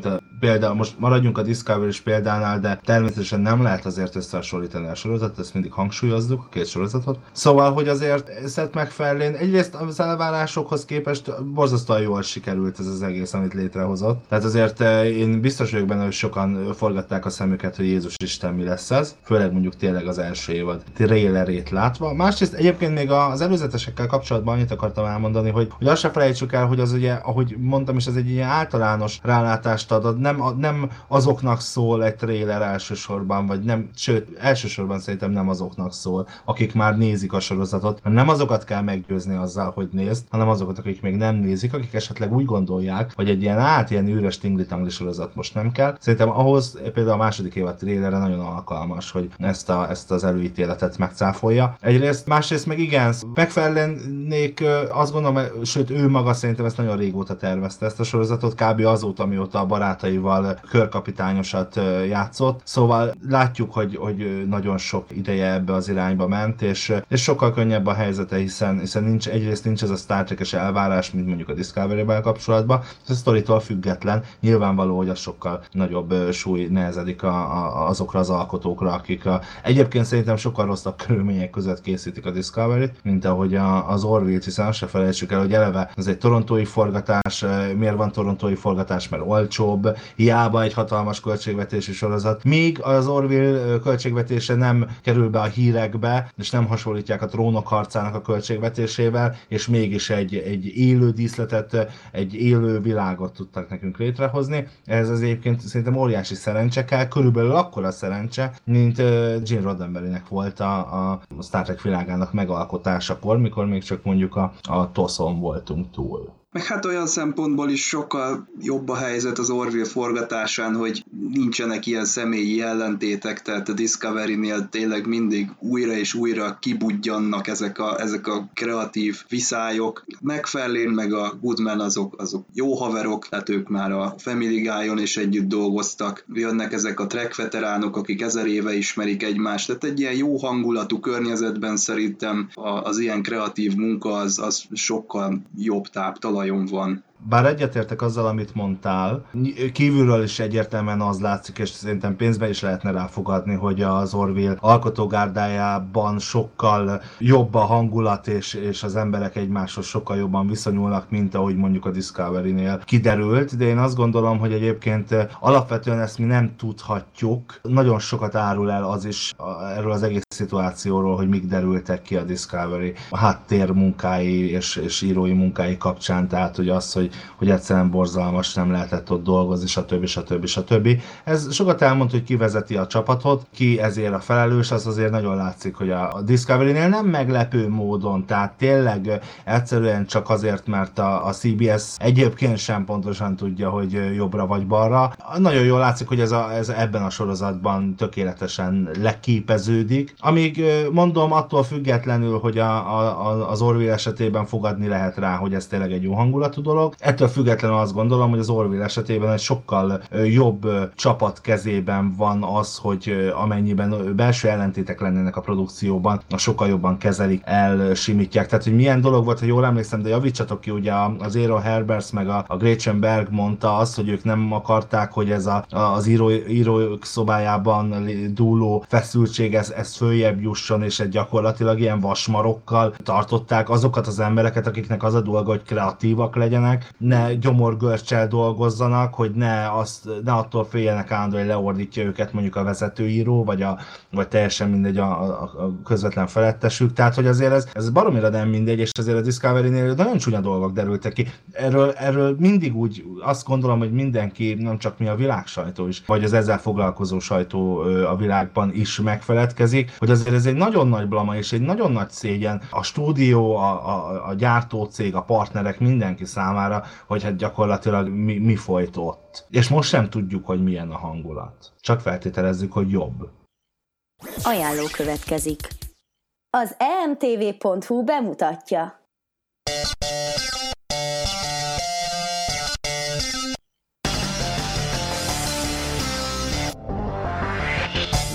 példa, most maradjunk a Discovery-s példánál, de természetesen nem lehet azért összehasonlítani a sorozatot, ezt mindig hangsúlyozzuk, a két sorozatot. Szóval, hogy azért Seth MacFarlane egyrészt az elvárásokhoz képest borzasztóan jól sikerült ez az egész, amit létrehozott. Tehát azért én biztos vagyok benne, hogy sokan forgatták a szemüket, hogy Jézus Isten mi lesz ez, főleg mondjuk tényleg az első évad trailerét látva. Másrészt egyébként még az előzetesekkel kapcsolatban annyit akartam elmondani, hogy azt se felejtsük el, hogy az ugye, ahogy mondtam is, ez egy ilyen általános rálátást ad, nem azoknak szól egy trailer elsősorban, vagy nem, sőt, elsősorban szerintem nem azoknak szól, akik már nézik a sorozatot, nem azokat kell meggyőzni azzal, hogy nézd, hanem azokat, akik még nem nézik, akik esetleg úgy gondolják, hogy egy ilyen üres tingli-tangli sorozat most nem kell. Szerintem ahhoz például a második évad trailerre nagyon alkalmas, hogy ezt az előítéletet megcáfolja. Egyrészt, másrészt meg igen, MacFarlane-nék azt gondolom, sőt ő maga szerintem ezt nagyon régóta tervezte ezt a sorozatot, kb. Azóta, amióta a barátaival körkapitányosat játszott. Szóval látjuk, hogy nagyon sok ideje ebbe az irányba ment, és sokkal könnyebb a helyzete, hiszen egyrészt nincs ez a Star Trek-es elvárás, mint mondjuk a Discovery-vel kapcsolatban. Ez a sztoritól független, nyilvánvaló, hogy az sokkal nagyobb súly nehezedik azokra az alkotókra, akik egyébként szerintem sokkal rosszabb körülmények között készítik a Discovery-t, mint ahogy az Orville-t, hiszen azt se felejtsük el, hogy eleve ez egy torontói forgatás. Miért van torontói forgatás? Mert olcsóbb, hiába egy hatalmas költségvetési sorozat. Míg az Orville költségvetése nem kerül be a hírekbe, és nem hasonlítják a Trónok harcának a költségvetésével, és mégis egy élő díszletet, egy élő világot tudtak nekünk létrehozni. Ez az egyébként szerintem óriási szerencse kell, körülbelül akkora szerencse, mint Gene Roddenberrynek volt a Star Trek világának megalkotásakor, mikor még csak mondjuk a TOS-on voltunk túl. Meg hát olyan szempontból is sokkal jobb a helyzet az Orville forgatásán, hogy nincsenek ilyen személyi ellentétek, tehát a Discovery-nél tényleg mindig újra és újra kibudjannak ezek a kreatív viszályok. MacFarlane meg a Goodman azok jó haverok, tehát ők már a Family Guy-on is együtt dolgoztak. Jönnek ezek a Trek veteránok, akik 1000 éve ismerik egymást, tehát egy ilyen jó hangulatú környezetben szerintem az ilyen kreatív munka az sokkal jobb táptalajon van. Bár egyetértek azzal, amit mondtál, kívülről is egyértelműen az látszik, és szerintem pénzben is lehetne ráfogadni, hogy az Orville alkotógárdájában sokkal jobb a hangulat, és az emberek egymáshoz sokkal jobban viszonyulnak, mint ahogy mondjuk a Discovery-nél kiderült, de én azt gondolom, hogy egyébként alapvetően ezt mi nem tudhatjuk. Nagyon sokat árul el az is erről az egész szituációról, hogy mik derültek ki a Discovery a háttér munkái és írói munkái kapcsán, tehát hogy az, hogy egyszerűen borzalmas, nem lehetett ott dolgozni, stb. Ez sokat elmond, hogy ki vezeti a csapatot, ki ezért a felelős, az azért nagyon látszik, hogy a Discovery-nél nem meglepő módon, tehát tényleg egyszerűen csak azért, mert a CBS egyébként sem pontosan tudja, hogy jobbra vagy balra. Nagyon jól látszik, hogy ez ebben a sorozatban tökéletesen leképeződik. Amíg mondom, attól függetlenül, hogy az Orville esetében fogadni lehet rá, hogy ez tényleg egy jó hangulatú dolog. Ettől függetlenül azt gondolom, hogy az Orville esetében egy sokkal jobb csapat kezében van az, hogy amennyiben belső ellentétek lennének a produkcióban, sokkal jobban kezelik, elsimítják. Tehát, hogy milyen dolog volt, ha jól emlékszem, de javítsatok ki, ugye az Aaron Herberts meg a Gretchen Berg mondta azt, hogy ők nem akarták, hogy ez az írók szobájában dúló feszültség, ez följebb jusson, és gyakorlatilag ilyen vasmarokkal tartották azokat az embereket, akiknek az a dolga, hogy kreatívak legyenek, ne gyomorgörcsel dolgozzanak, hogy ne attól féljenek állandóan, hogy leordítja őket mondjuk a vezetőíró, vagy teljesen mindegy a közvetlen felettesük. Tehát, hogy azért ez baromira nem mindegy, és azért a Discovery-nél nagyon csúnya dolgok derültek ki. Erről mindig úgy azt gondolom, hogy mindenki, nem csak mi, a világsajtó is, vagy az ezzel foglalkozó sajtó a világban is megfeledkezik, hogy azért ez egy nagyon nagy blama és egy nagyon nagy szégyen a stúdió, a gyártócég, a partnerek, mindenki számára, hogy hát gyakorlatilag mi folyt ott. És most sem tudjuk, hogy milyen a hangulat. Csak feltételezzük, hogy jobb. Ajánló következik. Az emtv.hu bemutatja.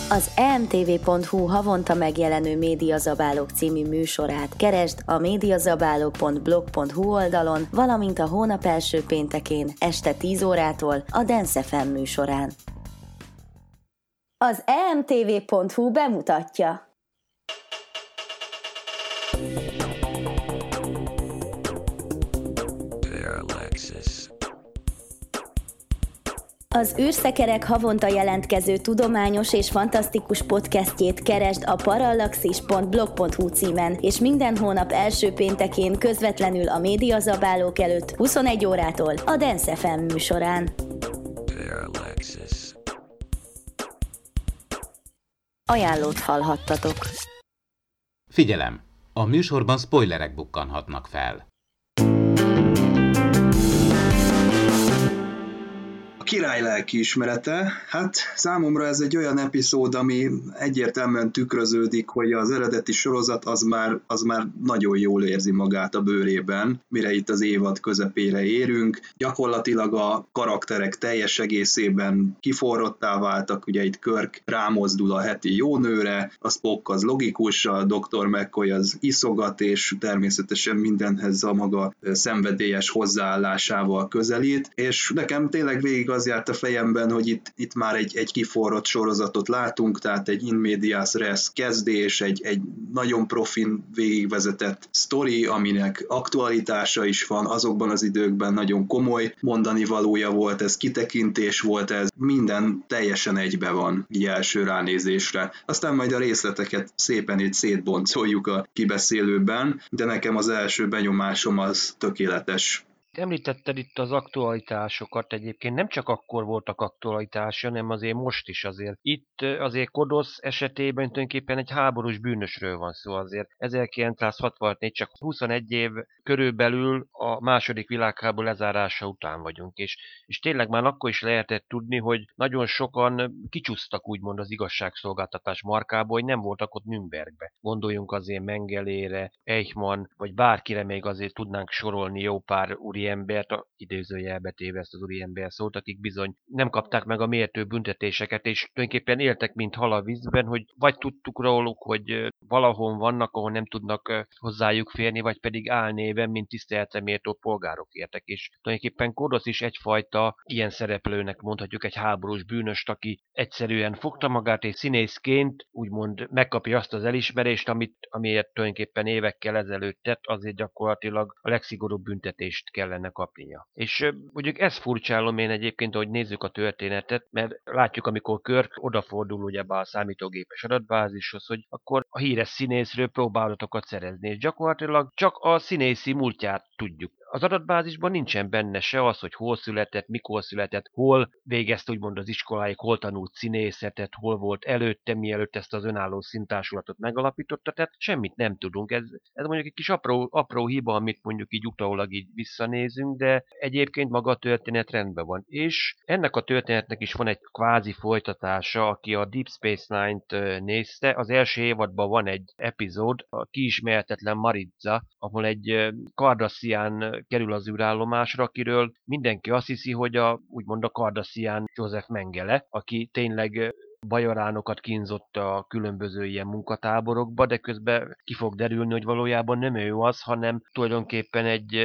Az emtv.hu havonta megjelenő Médiazabálók című műsorát keresd a médiazabálók.blog.hu oldalon, valamint a hónap első péntekén este 10 órától a Dance FM műsorán. Az emtv.hu bemutatja. Az űrszekerek havonta jelentkező tudományos és fantasztikus podcastjét keresd a parallaxis.blog.hu címen, és minden hónap első péntekén közvetlenül a Médiazabálók előtt 21 órától a Dance FM műsorán. Ajánlót hallhattatok. Figyelem! A műsorban spoilerek bukkanhatnak fel. Király lelkiismerete, hát számomra ez egy olyan epizód, ami egyértelműen tükröződik, hogy az eredeti sorozat az már nagyon jól érzi magát a bőrében, mire itt az évad közepére érünk. Gyakorlatilag a karakterek teljes egészében kiforrottá váltak, ugye itt Kirk rámozdul a heti jónőre, a Spock az logikus, a Dr. McCoy az iszogat, és természetesen mindenhez a maga szenvedélyes hozzáállásával közelít, és nekem tényleg végig az járt a fejemben, hogy itt már egy kiforrott sorozatot látunk, tehát egy in medias res kezdés, egy nagyon profin végigvezetett sztori, aminek aktualitása is van, azokban az időkben nagyon komoly mondani valója volt, ez kitekintés volt, ez minden teljesen egybe van, így első ránézésre. Aztán majd a részleteket szépen itt szétboncoljuk a kibeszélőben, de nekem az első benyomásom az tökéletes. Említetted itt az aktualitásokat, egyébként nem csak akkor voltak aktualitások, hanem azért most is azért. Itt azért Kodosz esetében tulajdonképpen egy háborús bűnösről van szó azért. 1964, csak 21 év körülbelül a második világháború lezárása után vagyunk, és tényleg már akkor is lehetett tudni, hogy nagyon sokan kicsúsztak úgymond az igazságszolgáltatás markából, hogy nem voltak ott Nürnbergbe. Gondoljunk azért Mengelére, Eichmann, vagy bárkire még azért tudnánk sorolni jó pár úriembert, idézőjelbe téve ezt az úriember szót, akik bizony nem kapták meg a méltó büntetéseket, és tulajdonképpen éltek, mint hal a vízben, hogy vagy tudtuk róluk, hogy valahol vannak, ahol nem tudnak hozzájuk férni, vagy pedig álnéven, mint tiszteletre méltó polgárok értek. És tulajdonképpen Kodosz is egyfajta ilyen szereplőnek mondhatjuk, egy háborús bűnöst, aki egyszerűen fogta magát, és színészként úgymond megkapja azt az elismerést, amiért tulajdonképpen évekkel ezelőtt tett, azért gyakorlatilag a legszigorúbb büntetést kellene kapnia. És mondjuk ezt furcsálom én egyébként, hogy nézzük a történetet, mert látjuk, amikor Kirk odafordul ugyebár a számítógépes adatbázishoz, hogy akkor a híres színészről próbál adatokat szerezni, és gyakorlatilag csak a színészi múltját tudjuk. Az adatbázisban nincsen benne se az, hogy hol született, mikor született, hol végezte úgymond az iskoláig, hol tanult színészetet, hol volt előtte, mielőtt ezt az önálló színtársulatot megalapította, tehát semmit nem tudunk. Ez mondjuk egy kis apró hiba, amit mondjuk így utólag így visszanézünk, de egyébként maga a történet rendben van. És ennek a történetnek is van egy kvázi folytatása, aki a Deep Space Nine-t nézte. Az első évadban van egy epizód, a kiismerhetetlen Maritza, ahol egy Cardassian kerül az űrállomásra, akiről mindenki azt hiszi, hogy úgymond a Cardassian Joseph Mengele, aki tényleg bajoránokat kínzott a különböző ilyen munkatáborokba, de közben ki fog derülni, hogy valójában nem ő az, hanem tulajdonképpen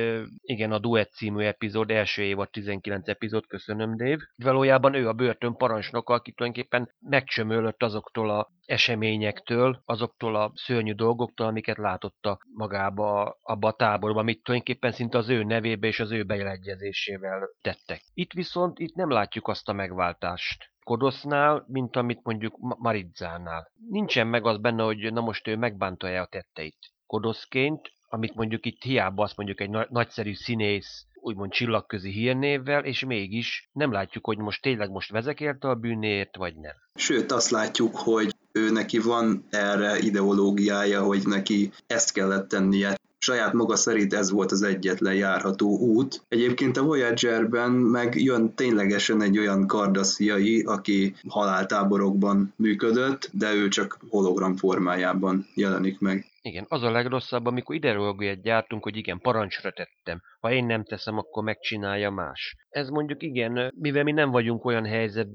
a Duett című epizód, első évad 19 epizód, köszönöm Dave. Valójában ő a börtön parancsnoka, aki tulajdonképpen megcsömölött azoktól a eseményektől, azoktól a szörnyű dolgoktól, amiket látotta magába abba a táborban, amit tulajdonképpen szinte az ő nevébe és az ő beleegyezésével tettek. Itt nem látjuk azt a megváltást Kodosznál, mint amit mondjuk Maritzánál. Nincsen meg az benne, hogy na most ő megbánta-e a tetteit. Kodoszként, amit mondjuk itt hiába azt mondjuk egy nagyszerű színész, úgymond csillagközi hírnévvel, és mégis nem látjuk, hogy most tényleg vezekelte a bűnért, vagy nem. Sőt, azt látjuk, hogy ő neki van erre ideológiája, hogy neki ezt kellett tennie. Saját maga szerint ez volt az egyetlen járható út. Egyébként a Voyagerben meg jön ténylegesen egy olyan kardassziai, aki haláltáborokban működött, de ő csak hologram formájában jelenik meg. Igen, az a legrosszabb, amikor ideológiát gyártunk, hogy igen, parancsra tettem. Ha én nem teszem, akkor megcsinálja más. Ez mondjuk igen, mivel mi nem vagyunk olyan helyzetben, hogy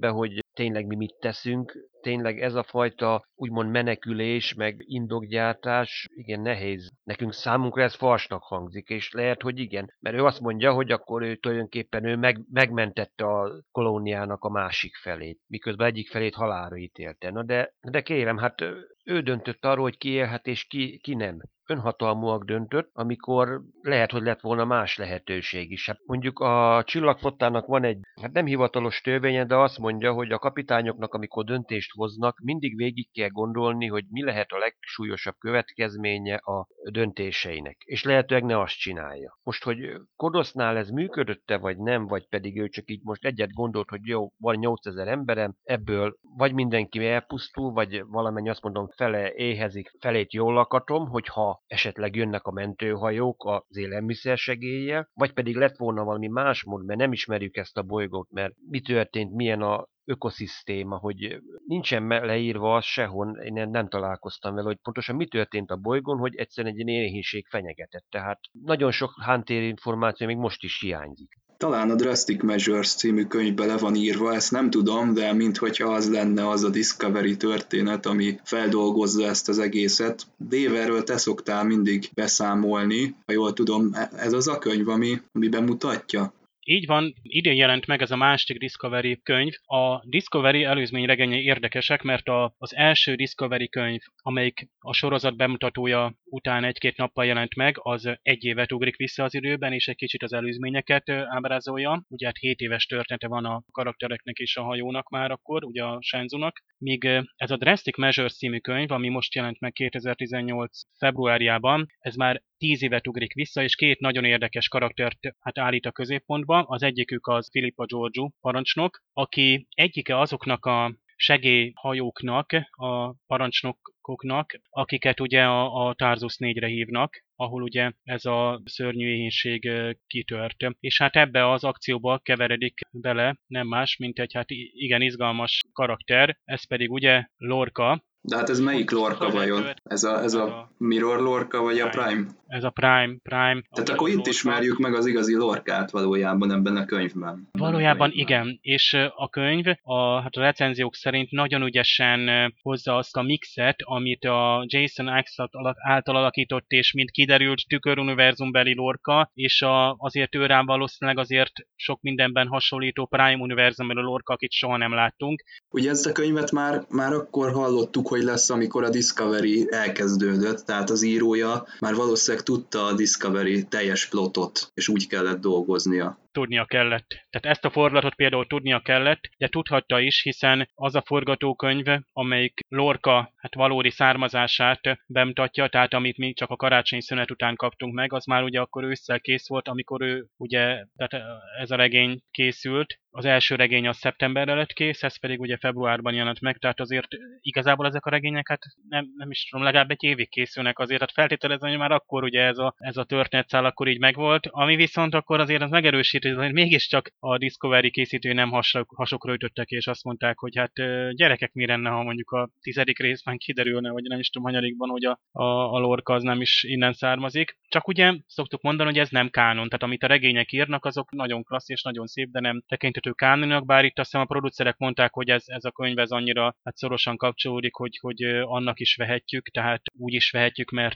tényleg mi mit teszünk. Tényleg ez a fajta úgymond menekülés, meg indokgyártás, igen, nehéz. Nekünk számunkra ez farsnak hangzik, és lehet, hogy igen. Mert ő azt mondja, hogy akkor ő tulajdonképpen megmentette a kolóniának a másik felét, miközben egyik felét halálra ítélte. Na de kérem, hát ő döntött arról, hogy ki élhet és ki nem. Önhatalmúak döntött, amikor lehet, hogy lett volna más lehetőség is. Hát mondjuk a csillagflottának van egy, hát nem hivatalos törvénye, de azt mondja, hogy a kapitányoknak, amikor döntést hoznak, mindig végig kell gondolni, hogy mi lehet a legsúlyosabb következménye a döntéseinek. És lehetőleg ne azt csinálja. Most, hogy Kodosznál ez működött-e, vagy nem, vagy pedig ő csak így most egyet gondolt, hogy jó, van 8000 emberem, ebből vagy mindenki elpusztul, vagy valamennyi azt mondom fele éhezik, felét jól lakatom, hogyha esetleg jönnek a mentőhajók az élelmiszersegéllyel, vagy pedig lett volna valami más mód, mert nem ismerjük ezt a bolygót, mert mi történt, milyen a ökoszisztéma, hogy nincsen leírva az sehol, én nem találkoztam vele, hogy pontosan mi történt a bolygón, hogy egyszerűen egy ilyen éhínség fenyegetett. Tehát nagyon sok háttérinformáció még most is hiányzik. Talán a Drastic Measures című könyvbe le van írva, ezt nem tudom, de minthogyha az lenne az a Discovery történet, ami feldolgozza ezt az egészet. Dave, erről te szoktál mindig beszámolni, ha jól tudom, ez az a könyv, ami bemutatja? Így van, idén jelent meg ez a második Discovery könyv. A Discovery előzmény regényei érdekesek, mert az első Discovery könyv, amelyik a sorozat bemutatója után egy-két nappal jelent meg, az egy évet ugrik vissza az időben, és egy kicsit az előzményeket ábrázolja. Ugye hát 7 éves története van a karaktereknek és a hajónak már akkor, ugye a Shenzhounak. Míg ez a Drastic Measures című könyv, ami most jelent meg 2018 februárjában, ez már 10 évet ugrik vissza, és 2 nagyon érdekes karaktert állít a középpontba. Az egyikük az Philippa Georgiou parancsnok, aki egyike azoknak a segélyhajóknak, a parancsnokoknak, akiket ugye a Tarsus 4-re hívnak, ahol ugye ez a szörnyű éhínség kitört. És hát ebbe az akcióba keveredik bele nem más, mint egy igen izgalmas karakter, ez pedig ugye Lorca. De hát ez melyik Lorca vajon? Ez a Mirror Lorca, vagy a Prime? Ez a Prime. Tehát akkor itt ismerjük meg az igazi Lorcát valójában ebben a könyvben. Valójában igen, és a könyv a recenziók szerint nagyon ügyesen hozza azt a mixet, amit a Jason Isaac által alakított, és mint kiderült tüköruniverzumbeli Lorca, és azért ő rá valószínűleg azért sok mindenben hasonlító Prime univerzumbeli Lorca, akit soha nem láttunk. Ugye ezt a könyvet már akkor hallottuk, hogy lesz, amikor a Discovery elkezdődött, tehát az írója már valószínűleg tudta a Discovery teljes plotot, és úgy kellett dolgoznia. Tudnia kellett. Tehát ezt a fordulatot például tudnia kellett, de tudhatta is, hiszen az a forgatókönyv, amelyik Lorca valódi származását bemutatja, tehát amit mi csak a karácsonyi szünet után kaptunk meg, az már ugye akkor ősszel kész volt, amikor ő ugye, tehát ez a regény készült. Az első regény az szeptemberre lett kész, ez pedig ugye februárban jelent meg, tehát azért igazából ezek a regények nem is tudom, legalább egy évig készülnek azért, tehát feltételezem, hogy már akkor ugye ez a történetszál akkor így megvolt, ami viszont akkor azért az megerősít, hogy mégiscsak a Discovery készítői nem hasokra ütöttek, és azt mondták, hogy hát gyerekek, mi lenne, ha mondjuk a 10. részben kiderülne, vagy nem is tudom, hanyadikban, hogy a Lorca az nem is innen származik. Csak ugye szoktuk mondani, hogy ez nem kánon, tehát amit a regények írnak, azok nagyon klassz és nagyon szép, de nem tekinthető kánonnak, bár itt azt hiszem a producerek mondták, hogy ez a könyv ez annyira szorosan kapcsolódik, hogy annak is vehetjük, tehát úgy is vehetjük, mert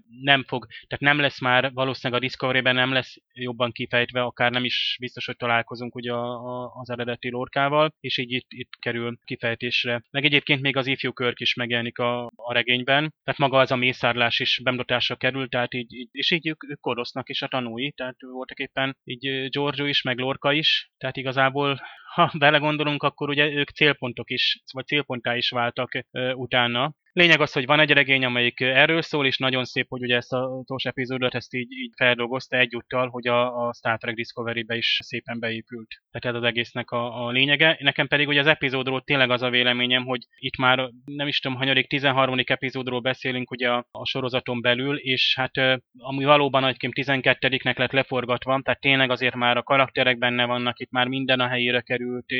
tehát nem lesz már valószínűleg a Discovery-ben nem lesz jobban kifejtve, akár nem is biztos, hogy találkozunk ugye az eredeti Lorcával, és így itt kerül kifejtésre. Meg egyébként még az ifjú Kirk is megjelenik a regényben, tehát maga az a mészárlás is bemutatásra került, tehát így ők Kodosznak is a tanúi, tehát voltak éppen így Georgiou is, meg Lorca is, tehát igazából ha belegondolunk, akkor ugye ők célpontok is, vagy célponttá is váltak utána. Lényeg az, hogy van egy regény, amelyik erről szól, és nagyon szép, hogy ugye ezt a TOS epizódot ezt így feldolgozta egyúttal, hogy a Star Trek Discovery-be is szépen beépült. Tehát ez az egésznek a lényege. Nekem pedig ugye az epizódról tényleg az a véleményem, hogy itt már nem is tudom, hanyadik 13. epizódról beszélünk ugye a sorozaton belül, és hát ami valóban egyébként 12-nek lett leforgatva, tehát tényleg azért már a karakterek benne vannak, itt már minden a helyére került,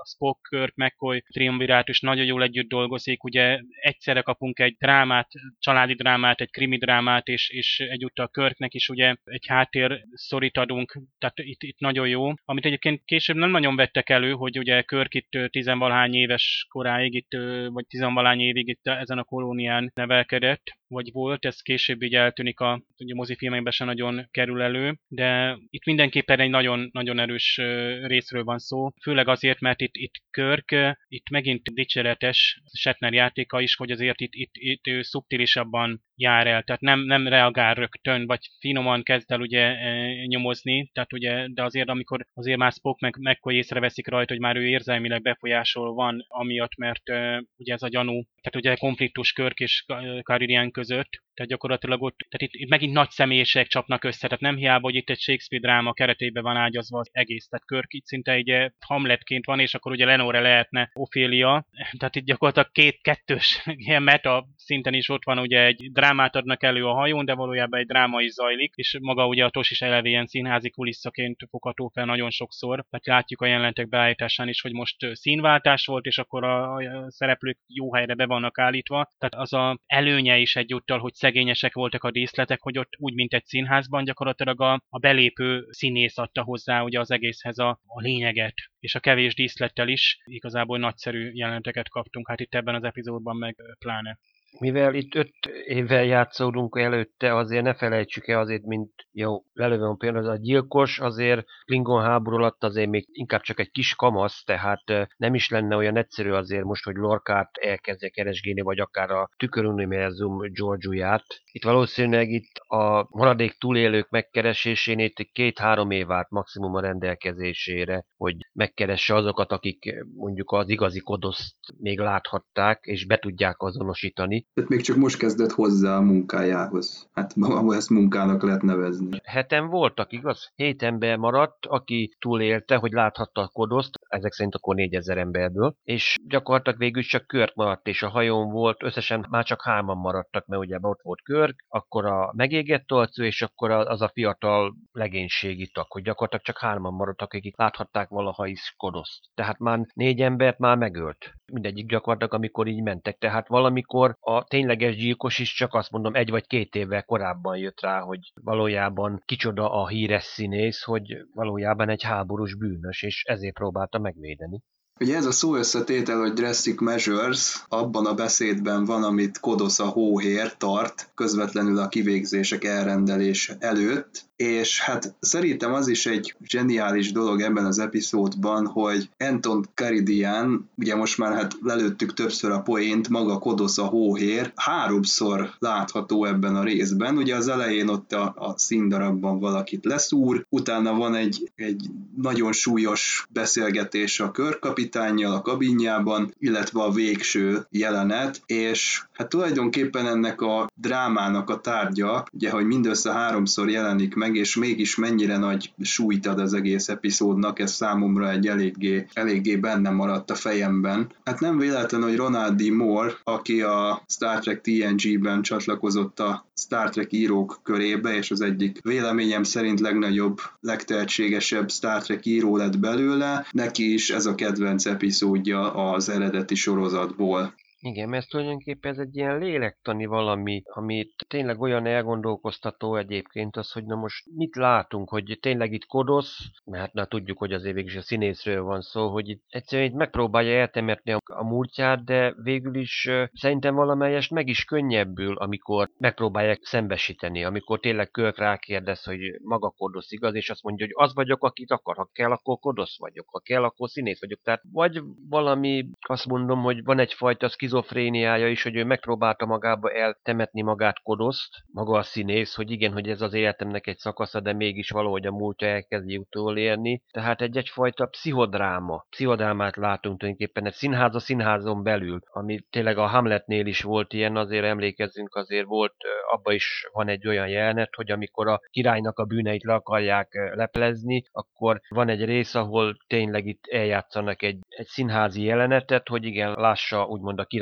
Spock, Kirk, McCoy triumvirátus nagyon jól együtt dolgozik, ugye egyszerre kapunk egy drámát, családi drámát, egy krimi drámát, és egyúttal Kirknek is ugye egy háttér szorít adunk, tehát itt nagyon jó. Amit egyébként később nem nagyon vettek elő, hogy ugye Kirk itt tizenvalahány éves koráig, vagy tizenvalahány évig itt ezen a kolónián nevelkedett, vagy volt, ez később így eltűnik ugye a mozifilmekben sem nagyon kerül elő, de itt mindenképpen egy nagyon, nagyon erős részről van szó, főleg azért, mert itt Kirk, itt megint dicséretes Shatner játéka is, hogy azért itt ő szubtilisabban jár el, tehát nem reagál rögtön, vagy finoman kezd el ugye nyomozni, tehát ugye, de azért amikor azért már Spock meg McCoy észreveszik rajta, hogy már ő érzelmileg befolyásol van, amiatt, mert ugye ez a gyanú, tehát ugye konfliktus Kirk és Karidian között, tehát gyakorlatilag ott, tehát itt megint nagy személyiség csapnak össze, tehát nem hiába, hogy itt egy Shakespeare dráma keretében van ágyazva az egész, tehát Kirk itt szinte egy Hamletként van, és akkor ugye Lenore lehetne Ophélia, tehát itt gyakorlatilag kettős ilyen meta szinten is ott van, ugye egy drámát adnak elő a hajón, de valójában egy dráma is zajlik, és maga ugye a TOS is eleve ilyen színházi kulisszaként fogható fel nagyon sokszor, tehát látjuk a jelenetek beállításán is, hogy most színváltás volt, és akkor a szereplők jó helyre be vannak állítva, tehát az a előnye is egyúttal, hogy szegényesek voltak a díszletek, hogy ott úgy, mint egy színházban gyakorlatilag a belépő színész adta hozzá ugye az egészhez a lényeget, és a kevés díszlettel is igazából nagyszerű jeleneteket kaptunk, hát itt ebben az epizódban meg pláne. Mivel itt 5 évvel játszódunk előtte, azért ne felejtsük el azért, mint jó, lelövöm például a gyilkos, azért Klingon háború alatt azért még inkább csak egy kis kamasz, tehát nem is lenne olyan egyszerű azért most, hogy Lorcát elkezdje keresgélni, vagy akár a Tüköruniverzum Georgiuját. Itt valószínűleg itt a maradék túlélők megkeresésén itt 2-3 év állt maximum a rendelkezésére, hogy megkeresse azokat, akik mondjuk az igazi kodoszt még láthatták, és be tudják azonosítani. Tehát még csak most kezdett hozzá a munkájához. Hát ezt munkának lehet nevezni. 7 voltak, igaz? 7 ember maradt, aki túlélte, hogy láthatta a kodoszt, ezek szerint akkor 4000 emberből, és gyakorlatilag végül csak Kirk maradt, és a hajón volt, összesen már csak 3-an maradtak, mert ugye ott volt Kirk, akkor a megégett arcú, és akkor az a fiatal legénységi tag, hogy gyakorlatilag csak 3-an maradtak, akik láthatták valaha is kodoszt. Tehát már 4 embert már megölt. Mindegyik gyakorlatilag, amikor így mentek. Tehát valamikor a tényleges gyilkos is csak azt mondom 1 vagy 2 évvel korábban jött rá, hogy valójában kicsoda a híres színész, hogy valójában egy háborús bűnös, és ezért próbálta megvédeni. Ugye ez a szó összetétel, hogy drastic measures, abban a beszédben van, amit Kodosz a hóhér tart, közvetlenül a kivégzések elrendelése előtt, és hát szerintem az is egy zseniális dolog ebben az epizódban, hogy Anton Karidian, ugye most már hát lelőttük többször a poént, maga Kodosz a hóhér, 3-szor látható ebben a részben, ugye az elején ott a színdarabban valakit leszúr, utána van egy nagyon súlyos beszélgetés a körkapitánnyal a kabinjában, illetve a végső jelenet, és hát tulajdonképpen ennek a drámának a tárgya, ugye, hogy mindössze 3-szor jelenik meg, és mégis mennyire nagy súlyt ad az egész epizódnak, ez számomra egy eléggé benne maradt a fejemben. Hát nem véletlen, hogy Ronald D. Moore, aki a Star Trek TNG-ben csatlakozott a Star Trek írók körébe, és az egyik véleményem szerint legnagyobb, legtehetségesebb Star Trek író lett belőle, neki is ez a kedvenc epizódja az eredeti sorozatból. Igen, mert tulajdonképpen ez egy ilyen lélektani valami, amit tényleg olyan elgondolkoztató egyébként az, hogy na most mit látunk, hogy tényleg itt Kodosz, mert na tudjuk, hogy azért végül is a színészről van szó, hogy itt egyszerűen itt megpróbálja eltemetni a múltját, de végül is szerintem valamelyest meg is könnyebbül, amikor megpróbálják szembesíteni, amikor tényleg Kirk rákérdez, hogy maga Kodosz igaz, és azt mondja, hogy az vagyok, akit akar, ha kell, akkor Kodosz vagyok, ha kell, akkor színész vagyok. Tehát vagy valami, azt mondom, hogy van egyfajta szkizofréniája is, hogy ő megpróbálta magába eltemetni magát Kodoszt, maga a színész, hogy igen, hogy ez az életemnek egy szakasza, de mégis valahogy a múltja elkezdi utolérni. Tehát egyfajta pszichodrámát látunk tulajdonképpen egy színház a színházon belül, ami tényleg a Hamletnél is volt ilyen, azért emlékezzünk, azért volt, abban is van egy olyan jelenet, hogy amikor a királynak a bűneit le akarják leplezni, akkor van egy rész, ahol tényleg itt eljátszanak egy színházi jelenetet, hogy igen, lássa úgymond a király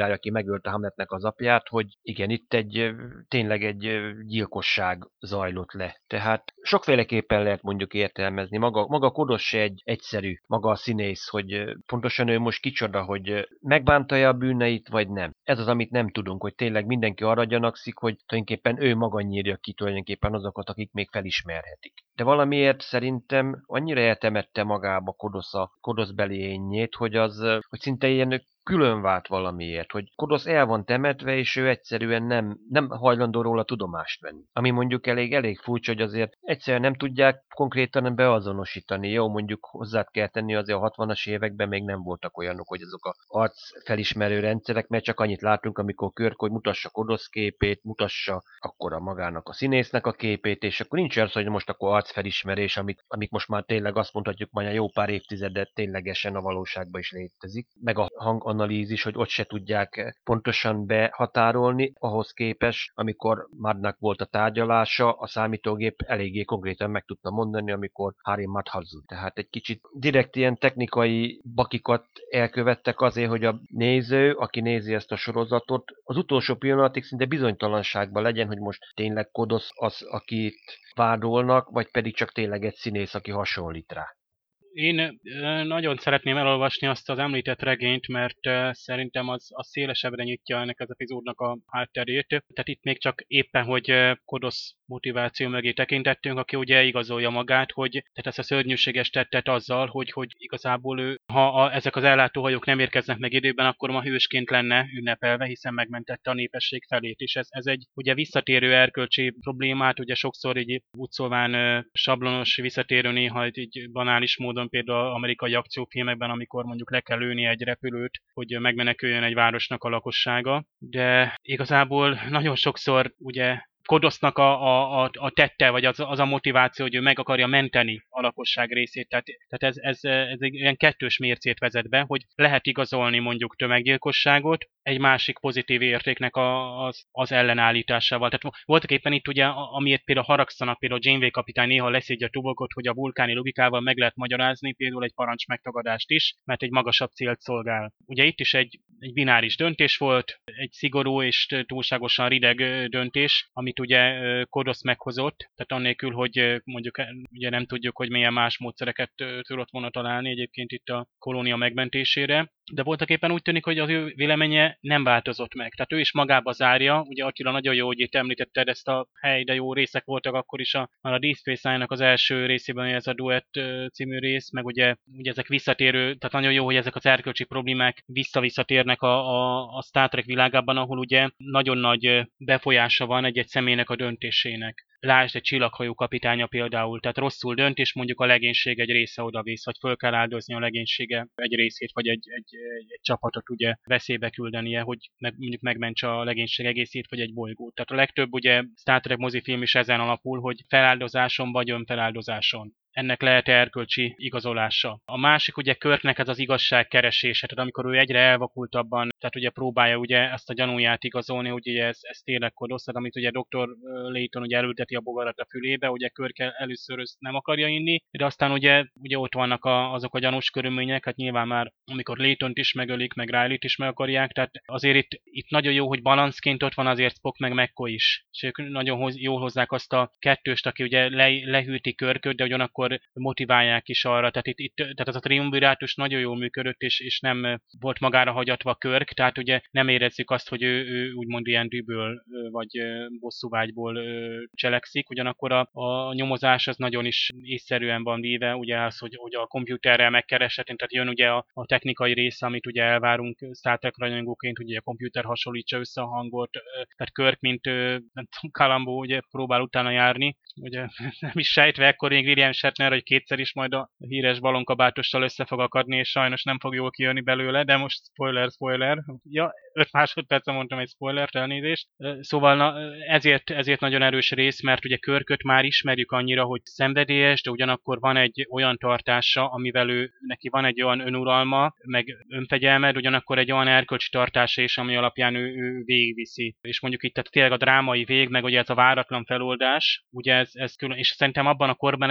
király, aki megölte Hamletnek az apját, hogy igen, itt tényleg egy gyilkosság zajlott le. Tehát sokféleképpen lehet mondjuk értelmezni. Maga Kodos se egy egyszerű, maga a színész, hogy pontosan ő most kicsoda, hogy megbánta-e a bűneit, vagy nem. Ez az, amit nem tudunk, hogy tényleg mindenki arra gyanakszik, hogy tulajdonképpen ő maga nyírja ki tulajdonképpen azokat, akik még felismerhetik. De valamiért szerintem annyira eltemette magába Kodoszbeli énjét, hogy szinte ilyen külön vált valamiért, hogy Kodosz el van temetve, és ő egyszerűen nem hajlandó róla tudomást venni. Ami mondjuk elég furcsa, hogy azért egyszerűen nem tudják konkrétan beazonosítani. Jó, mondjuk hozzá kell tenni, azért a 60-as években még nem voltak olyanok, hogy azok a arcfelismerő rendszerek, mert csak annyit látunk, amikor Kirk, hogy mutassa Kodosz képét, mutassa akkor magának a színésznek a képét, és akkor nincs az, hogy most akkor arcfelismerés, amik most már tényleg azt mondhatjuk, már jó pár évtizedet ténylegesen a valóságban is létezik, meg a hanganalízis, hogy ott se tudják pontosan behatárolni, ahhoz képest, amikor Madnak volt a tárgyalása, a számítógép eléggé konkrétan meg tudta mondani, amikor Harry Mudd hazud. Tehát egy kicsit direkt ilyen technikai bakikat elkövettek azért, hogy a néző, aki nézi ezt a sorozatot, az utolsó pillanatig szinte bizonytalanságban legyen, hogy most tényleg Kodosz az, akit vádolnak, vagy pedig csak tényleg egy színész, aki hasonlít rá. Én nagyon szeretném elolvasni azt az említett regényt, mert szerintem az szélesebbre nyitja ennek az epizódnak a hátterét. Tehát itt még csak éppen, hogy Kodosz motiváció mögé tekintettünk, aki ugye igazolja magát, hogy tehát ezt a szörnyűséges tettet azzal, hogy igazából ő, ha ezek az ellátóhajók nem érkeznek meg időben, akkor ma hősként lenne ünnepelve, hiszen megmentette a népesség felét. És ez egy ugye visszatérő erkölcsi problémát, ugye sokszor így úgy szólván sablonos, visszatérő, néha így banális módon, például amerikai akciófilmekben, amikor mondjuk le kell lőni egy repülőt, hogy megmeneküljön egy városnak a lakossága. De igazából nagyon sokszor ugye Kodosznak a tette, vagy az a motiváció, hogy ő meg akarja menteni a lakosság részét. Tehát ez egy ilyen kettős mércét vezet be, hogy lehet igazolni mondjuk tömeggyilkosságot egy másik pozitív értéknek az ellenállításával. Tehát voltak éppen itt ugye, amiért például haragszanak, például Janeway kapitány néha leszédje a tubokot, hogy a vulkáni logikával meg lehet magyarázni például egy parancs megtagadást is, mert egy magasabb célt szolgál. Ugye itt is egy bináris döntés volt, egy szigorú és túlságosan rideg döntés, amit ugye Kodosz meghozott, tehát annélkül, hogy mondjuk ugye nem tudjuk, hogy milyen más módszereket tudott volna találni egyébként itt a kolónia megmentésére, de voltak éppen úgy tűnik, hogy az ő véleménye nem változott meg. Tehát ő is magába zárja, ugye Attila nagyon jó, hogy itt említetted ezt a hely, de jó részek voltak akkor is már a Deep Space Nine-nak az első részében, ez a Duett című rész, meg ugye ezek visszatérő, tehát nagyon jó, hogy ezek az erkölcsi problémák visszatérnek a Star Trek világában, ahol ugye nagyon nagy befolyása van egy személynek a döntésének. Lásd egy csillaghajó kapitánya például, tehát rosszul dönt, és mondjuk a legénység egy része odavész, vagy föl kell áldozni a legénysége egy részét, vagy egy csapatot ugye veszélybe küldenie, hogy mondjuk megmentse a legénység egészét, vagy egy bolygót. Tehát a legtöbb ugye Star Trek mozifilm is ezen alapul, hogy feláldozáson vagy önfeláldozáson. Ennek lehet erkölcsi igazolása. A másik ugye Kirknek ez az igazság keresése, tehát amikor ő egyre elvakultabban, tehát ugye próbálja ugye ezt a gyanúját igazolni, hogy ugye ez tényleg Kodosz, tehát amit ugye Dr. Layton ugye elülteti a bogarat a fülébe, ugye Kirk először ezt nem akarja inni, de aztán ugye ott vannak azok a gyanús körülmények, hát nyilván már amikor Laytont is megölik, meg Riley-t is meg akarják, tehát azért itt nagyon jó, hogy balanszként ott van azért Spock meg McCoy is, és ők nagyon jól hozzák azt a kettőst, aki ugye lehűti Kirköt, de ugyanakkor motiválják is arra, tehát az a triumvirátus nagyon jól működött, és nem volt magára hagyatva Kirk, tehát ugye nem érezzük azt, hogy ő úgymond ilyen dühből, vagy bosszúvágyból cselekszik, ugyanakkor a nyomozás az nagyon is észszerűen van véve, ugye az, hogy a komputerrel megkereshetünk, tehát jön ugye a technikai része, amit ugye elvárunk Star Trek rajongóként, ugye a komputer hasonlítsa össze a hangot, tehát Kirk, mint Kalambó ugye próbál utána járni, ugye nem is sejtve, ekkor még William Shatner, hogy kétszer is majd a híres balonkabátossal össze fog akadni, és sajnos nem fog jól kijönni belőle, de most spoiler. Ja, 5 másodpercen mondtam egy spoilert, elnézést. Szóval ezért nagyon erős rész, mert ugye Kirköt már ismerjük annyira, hogy szenvedélyes, de ugyanakkor van egy olyan tartása, amivel neki van egy olyan önuralma, meg önfegyelme, de ugyanakkor egy olyan erkölcsi tartása is, ami alapján ő végigviszi. És mondjuk itt tehát tényleg a drámai vég, meg ugye ez a váratlan feloldás, ugye ez külön, és szerintem abban a korban ez nagyon-nagyon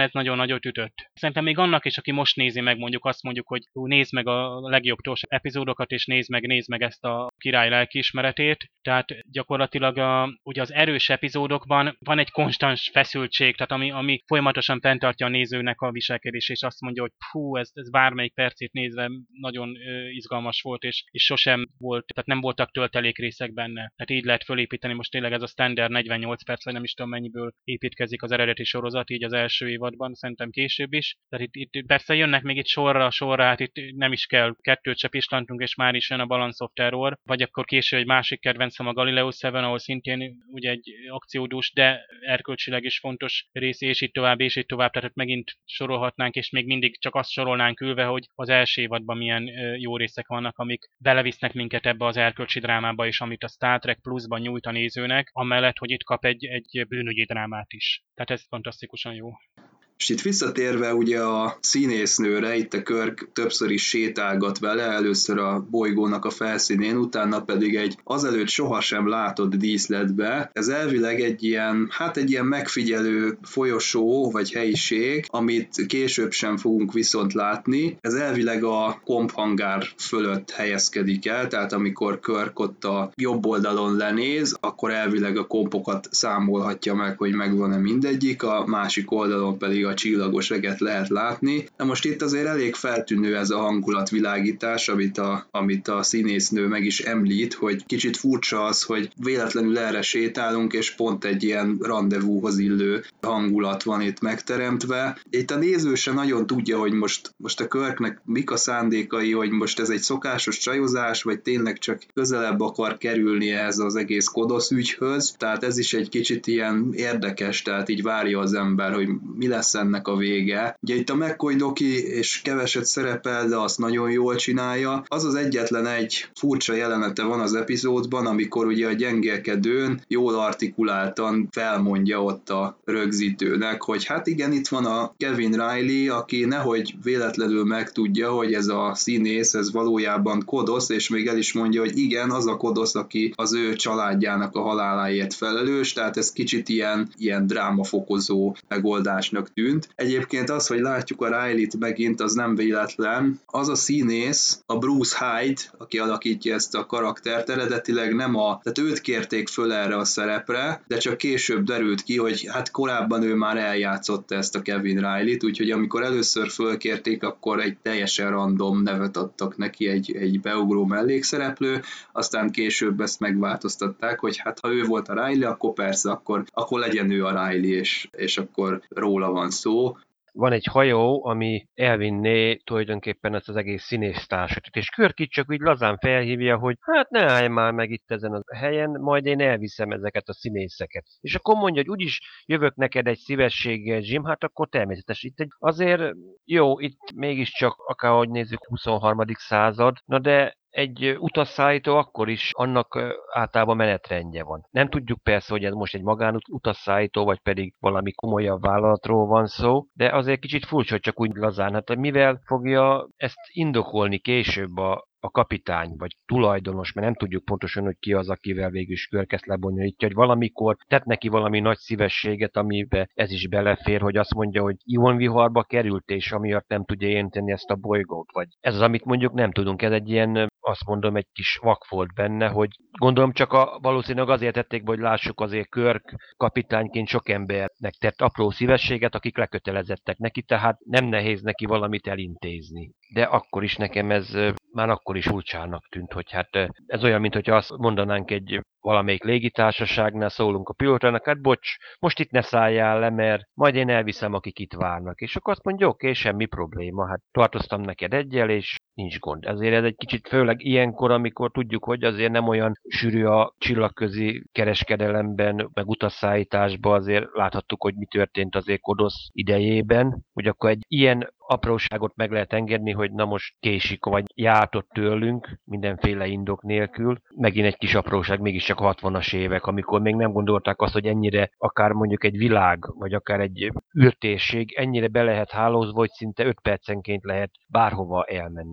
nagyot ütött. Szerintem még annak is, aki most nézi meg, mondjuk azt mondjuk, hogy nézd meg a legjobb TOS epizódokat, és nézd meg ezt a király lelkiismeretét. Tehát gyakorlatilag ugye az erős epizódokban van egy konstans feszültség, tehát ami folyamatosan fenntartja a nézőnek a viselkedését, és azt mondja, hogy ez bármelyik percét nézve nagyon izgalmas volt, és sosem volt, tehát nem voltak töltelékrészek benne. Tehát így lehet fölépíteni, most tényleg ez a standard 48 perc, vagy nem is tudom mennyiből építkezik az eredeti sorozat, így az első évadban, szerintem később is. Tehát itt persze jönnek még itt sorra, hát itt nem is kell, 2 se pislantunk, és már is jön a Balance of Terror, vagy akkor később egy másik kedvencem a Galileo 7, ahol szintén ugye egy akciódús, de erkölcsileg is fontos rész, és így tovább, tehát megint sorolhatnánk, és még mindig csak azt sorolnánk ülve, hogy az első évadban milyen jó részek vannak, amik belevisznek minket ebbe az erkölcsi drámába is, amit a Star Trek Plus-ban nyújt a nézőnek, amellett, hogy itt kap egy bűnügyi drámát is. Tehát ez fantasztikusan jó. És itt visszatérve ugye a színésznőre, itt a Kirk többször is sétálgat vele, először a bolygónak a felszínén, utána pedig egy azelőtt sohasem látott díszletbe. Ez elvileg egy ilyen megfigyelő folyosó vagy helyiség, amit később sem fogunk viszont látni. Ez elvileg a komphangár fölött helyezkedik el, tehát amikor Kirk ott a jobb oldalon lenéz, akkor elvileg a kompokat számolhatja meg, hogy megvan-e mindegyik, a másik oldalon pedig a csillagos reget lehet látni. De most itt azért elég feltűnő ez a hangulatvilágítás, amit a színésznő meg is említ, hogy kicsit furcsa az, hogy véletlenül erre sétálunk, és pont egy ilyen randevúhoz illő hangulat van itt megteremtve. Itt a néző se nagyon tudja, hogy most a Kirknek mik a szándékai, hogy most ez egy szokásos csajozás, vagy tényleg csak közelebb akar kerülni ehhez az egész Kodosz ügyhöz. Tehát ez is egy kicsit ilyen érdekes, tehát így várja az ember, hogy mi lesz ennek a vége. Ugye itt a McCoy doki és keveset szerepel, de azt nagyon jól csinálja. Az egyetlen egy furcsa jelenete van az epizódban, amikor ugye a gyengélkedőn jól artikuláltan felmondja ott a rögzítőnek, hogy hát igen, itt van a Kevin Riley, aki nehogy véletlenül megtudja, hogy ez a színész, ez valójában Kodosz, és még el is mondja, hogy igen, az a Kodosz, aki az ő családjának a haláláért felelős, tehát ez kicsit ilyen drámafokozó megoldásnak tűnt. Egyébként az, hogy látjuk a Riley-t megint, az nem véletlen. Az a színész, a Bruce Hyde, aki alakítja ezt a karaktert, eredetileg tehát őt kérték föl erre a szerepre, de csak később derült ki, hogy hát korábban ő már eljátszotta ezt a Kevin Riley-t, úgyhogy amikor először fölkérték, akkor egy teljesen random nevet adtak neki, egy beugró mellékszereplő, aztán később ezt megváltoztatták, hogy hát ha ő volt a Riley, akkor persze, akkor legyen ő a Riley, és akkor róla van szó. Van egy hajó, ami elvinné tulajdonképpen ezt az egész színésztársat, és Kirk itt csak úgy lazán felhívja, hogy hát ne állj már meg itt ezen a helyen, majd én elviszem ezeket a színészeket. És akkor mondja, hogy úgyis jövök neked egy szívességgel, Jim, hát akkor természetes. Itt azért jó, itt mégiscsak akárhogy nézzük 23. század, na de egy utasszállító akkor is annak általában menetrendje van. Nem tudjuk persze, hogy ez most egy magánutasszállító, vagy pedig valami komolyabb vállalatról van szó, de azért kicsit furcsa, hogy csak úgy lazán. Hát mivel fogja ezt indokolni később a kapitány, vagy tulajdonos, mert nem tudjuk pontosan, hogy ki az, akivel végül is Kirk ezt lebonyolítja, hogy valamikor tett neki valami nagy szívességet, amiben ez is belefér, hogy azt mondja, hogy ivonviharba került, és amiatt nem tudja érteni ezt a bolygót, vagy ez az, amit mondjuk nem tudunk, ez egy ilyen, azt mondom, egy kis vak volt benne, hogy gondolom csak valószínűleg azért tették, hogy lássuk azért Kirk kapitányként sok embernek tett apró szívességet, akik lekötelezettek neki, tehát nem nehéz neki valamit elintézni. De akkor is nekem ez már akkor is furcsának tűnt, hogy hát ez olyan, mint hogyha azt mondanánk egy valamelyik légitársaságnál, szólunk a pilótának, hát bocs, most itt ne szálljál le, mert majd én elviszem, akik itt várnak. És akkor azt mondja, oké, semmi probléma, hát tartoztam neked egyel, és nincs gond. Ezért ez egy kicsit főleg ilyenkor, amikor tudjuk, hogy azért nem olyan sűrű a csillagközi kereskedelemben, meg utasszállításban, azért láthattuk, hogy mi történt azért Kodosz idejében, hogy akkor egy ilyen apróságot meg lehet engedni, hogy na most késik, vagy jártott tőlünk mindenféle indok nélkül. Megint egy kis apróság, mégiscsak 60-as évek, amikor még nem gondolták azt, hogy ennyire akár mondjuk egy világ, vagy akár egy űrtérség ennyire be lehet hálózva, hogy szinte 5 percenként lehet bárhova elmenni.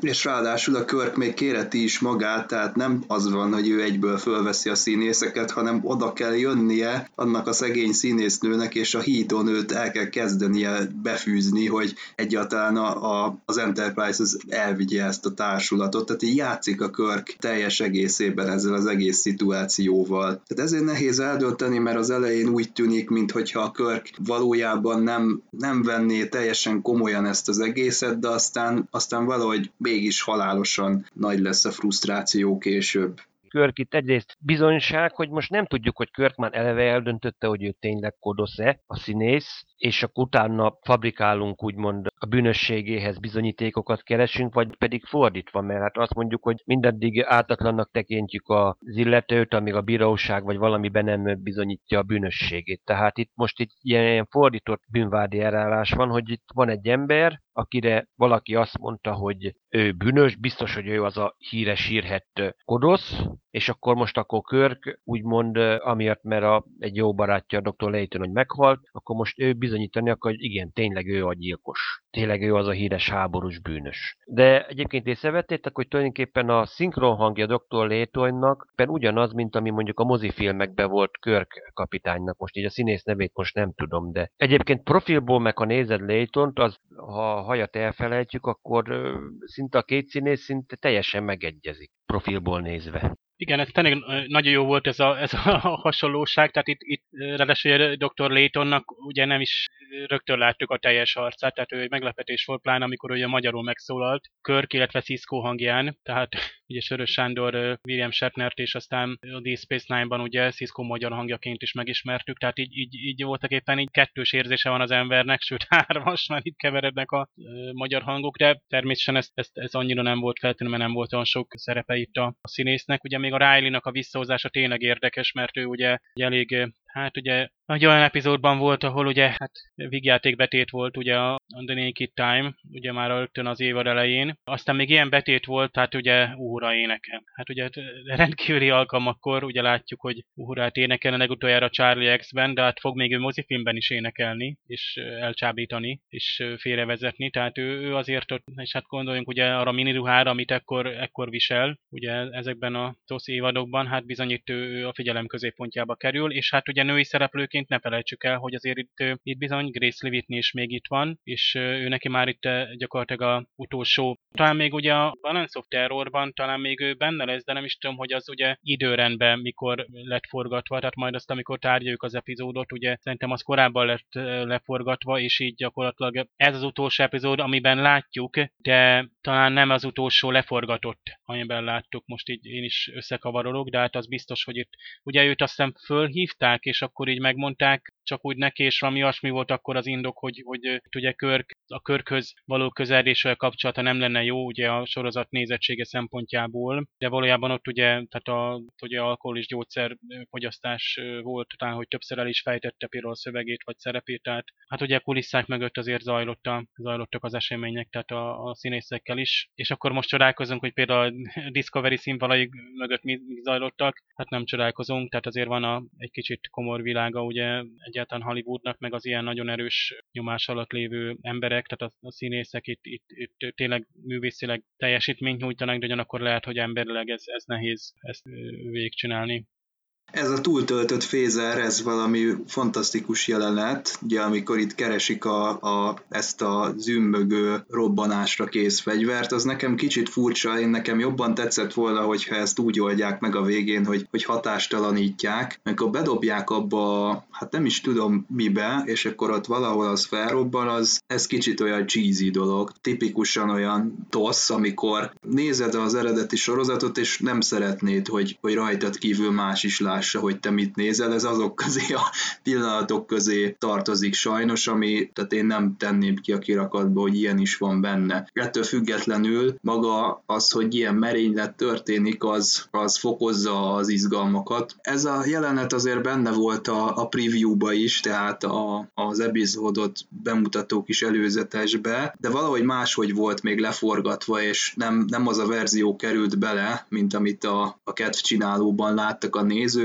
És ráadásul a Kirk még kéreti is magát, tehát nem az van, hogy ő egyből fölveszi a színészeket, hanem oda kell jönnie annak a szegény színésznőnek, és a hídon őt el kell kezdenie befűzni, hogy egyáltalán az Enterprise elvigye ezt a társulatot. Tehát így játszik a Kirk teljes egészében ezzel az egész szituációval. Tehát ezért nehéz eldönteni, mert az elején úgy tűnik, mintha a Kirk valójában nem venné teljesen komolyan ezt az egészet, de aztán valahogy mégis halálosan nagy lesz a frusztráció később. Kirk itt egyrészt bizonyság, hogy most nem tudjuk, hogy Kirk már eleve eldöntötte, hogy ő tényleg kodosz-e, a színész, és akkor utána fabrikálunk úgymond a bűnösségéhez bizonyítékokat keresünk, vagy pedig fordítva, mert hát azt mondjuk, hogy mindaddig ártatlannak tekintjük az illetőt, amíg a bíróság vagy valamiben nem bizonyítja a bűnösségét. Tehát itt most ilyen fordított bűnvádi elállás van, hogy itt van egy ember, akire valaki azt mondta, hogy ő bűnös, biztos, hogy ő az a híres hírhett kodosz, és akkor Kirk úgymond, amiatt, mert egy jó barátja, a Dr. Layton, hogy meghalt, akkor most ő bizonyítani akar, hogy igen, tényleg ő a gyilkos. Tényleg ő az a híres háborús bűnös. De egyébként észrevettétek, hogy tulajdonképpen a szinkron hangja Dr. Laytonnak ugyanaz, mint ami mondjuk a mozifilmekben volt Kirk kapitánynak. Most így a színész nevét most nem tudom, de egyébként profilból meg ha nézed Laytont, az, ha a hajat elfelejtjük, akkor szinte a két színész szinte teljesen megegyezik profilból nézve. Igen, ez tényleg nagyon jó volt ez a hasonlóság, tehát itt ráadásul Dr. Laytonnak ugye nem is rögtön láttuk a teljes arcát, tehát ő egy meglepetés volt, pláne amikor ugye magyarul megszólalt Kirk, illetve Sisko hangján, tehát ugye Sörös Sándor, William Shatnert, és aztán a Deep Space Nine-ban ugye Sisko magyar hangjaként is megismertük, tehát így voltak éppen így kettős érzése van az embernek, sőt hármas, már itt keverednek a magyar hangok, de természetesen ez annyira nem volt feltűnő, mert nem volt olyan sok szerepe itt a színésznek. Ugye még a Riley-nak a visszahozása tényleg érdekes, mert ő ugye elég, hát ugye egy olyan epizódban volt, ahol ugye vígjátékbetét volt ugye a The Naked Time, ugye már rögtön az évad elején. Aztán még ilyen betét volt, tehát ugye Uhura énekel. Hát ugye rendkívüli alkalmakkor ugye látjuk, hogy Uhurát énekelne legutoljára Charlie X-ben, de hát fog még ő mozifilmben is énekelni, és elcsábítani, és félrevezetni. Tehát ő azért ott, és hát gondoljunk ugye arra a miniruhára, amit ekkor visel, ugye ezekben a TOS évadokban, hát bizony ő a figyelem középpontjába kerül, és hát ugye női szereplőként ne felejtsük el, hogy azért itt bizony Grace Levitni is még itt van, és ő neki már itt gyakorlatilag a utolsó. Talán még ugye a Balance of Terrorban talán még ő benne lesz, de nem is tudom, hogy az ugye időrendben mikor lett forgatva, tehát majd azt, amikor tárgyaljuk az epizódot, ugye szerintem az korábban lett leforgatva, és így gyakorlatilag ez az utolsó epizód, amiben látjuk, de talán nem az utolsó leforgatott, amiben láttuk. Most így én is összekavarodok, de hát az biztos, hogy itt ugye őt azt hiszem fölhívták, és akkor így megmondták, csak úgy neki, és valami olyasmi volt akkor az indok, hogy ugye a Kirkhöz való közeledéssel kapcsolata nem lenne jó, ugye a sorozat nézettsége szempontjából, de valójában ott ugye, tehát ugye alkohol és gyógyszerfogyasztás volt, talán, hogy többször el is fejtette például a szövegét vagy szerepét, tehát hát ugye a kulisszák mögött azért zajlottak az események, tehát a színészekkel is, és akkor most csodálkozunk, hogy például a Discovery színfalai mögött mi zajlottak, hát nem csodálkozunk, tehát azért van egy kicsit komor világa, ugye egyáltalán Hollywoodnak, meg az ilyen nagyon erős nyomás alatt lévő emberek, tehát a színészek itt tényleg művészileg teljesítményt nyújtanak, de ugyanakkor lehet, hogy emberileg ez nehéz ezt végigcsinálni. Ez a túltöltött fézer, ez valami fantasztikus jelenet, ugye amikor itt keresik ezt a zümmögő robbanásra kész fegyvert, az nekem kicsit furcsa, nekem jobban tetszett volna, hogyha ezt úgy oldják meg a végén, hogy hatástalanítják, amikor bedobják abba, hát nem is tudom mibe, és akkor ott valahol az felrobban, ez kicsit olyan cheesy dolog, tipikusan olyan TOS, amikor nézed az eredeti sorozatot, és nem szeretnéd, hogy rajtad kívül más is lássa, hogy te mit nézel, ez azok közé, a pillanatok közé tartozik sajnos, tehát én nem tenném ki a kirakatba, hogy ilyen is van benne. Ettől függetlenül maga az, hogy ilyen merénylet történik, az fokozza az izgalmakat. Ez a jelenet azért benne volt a preview-ba is, tehát az epizódot bemutató kis előzetesbe, de valahogy máshogy volt még leforgatva, és nem az a verzió került bele, mint amit a kedvcsinálóban láttak a nézők,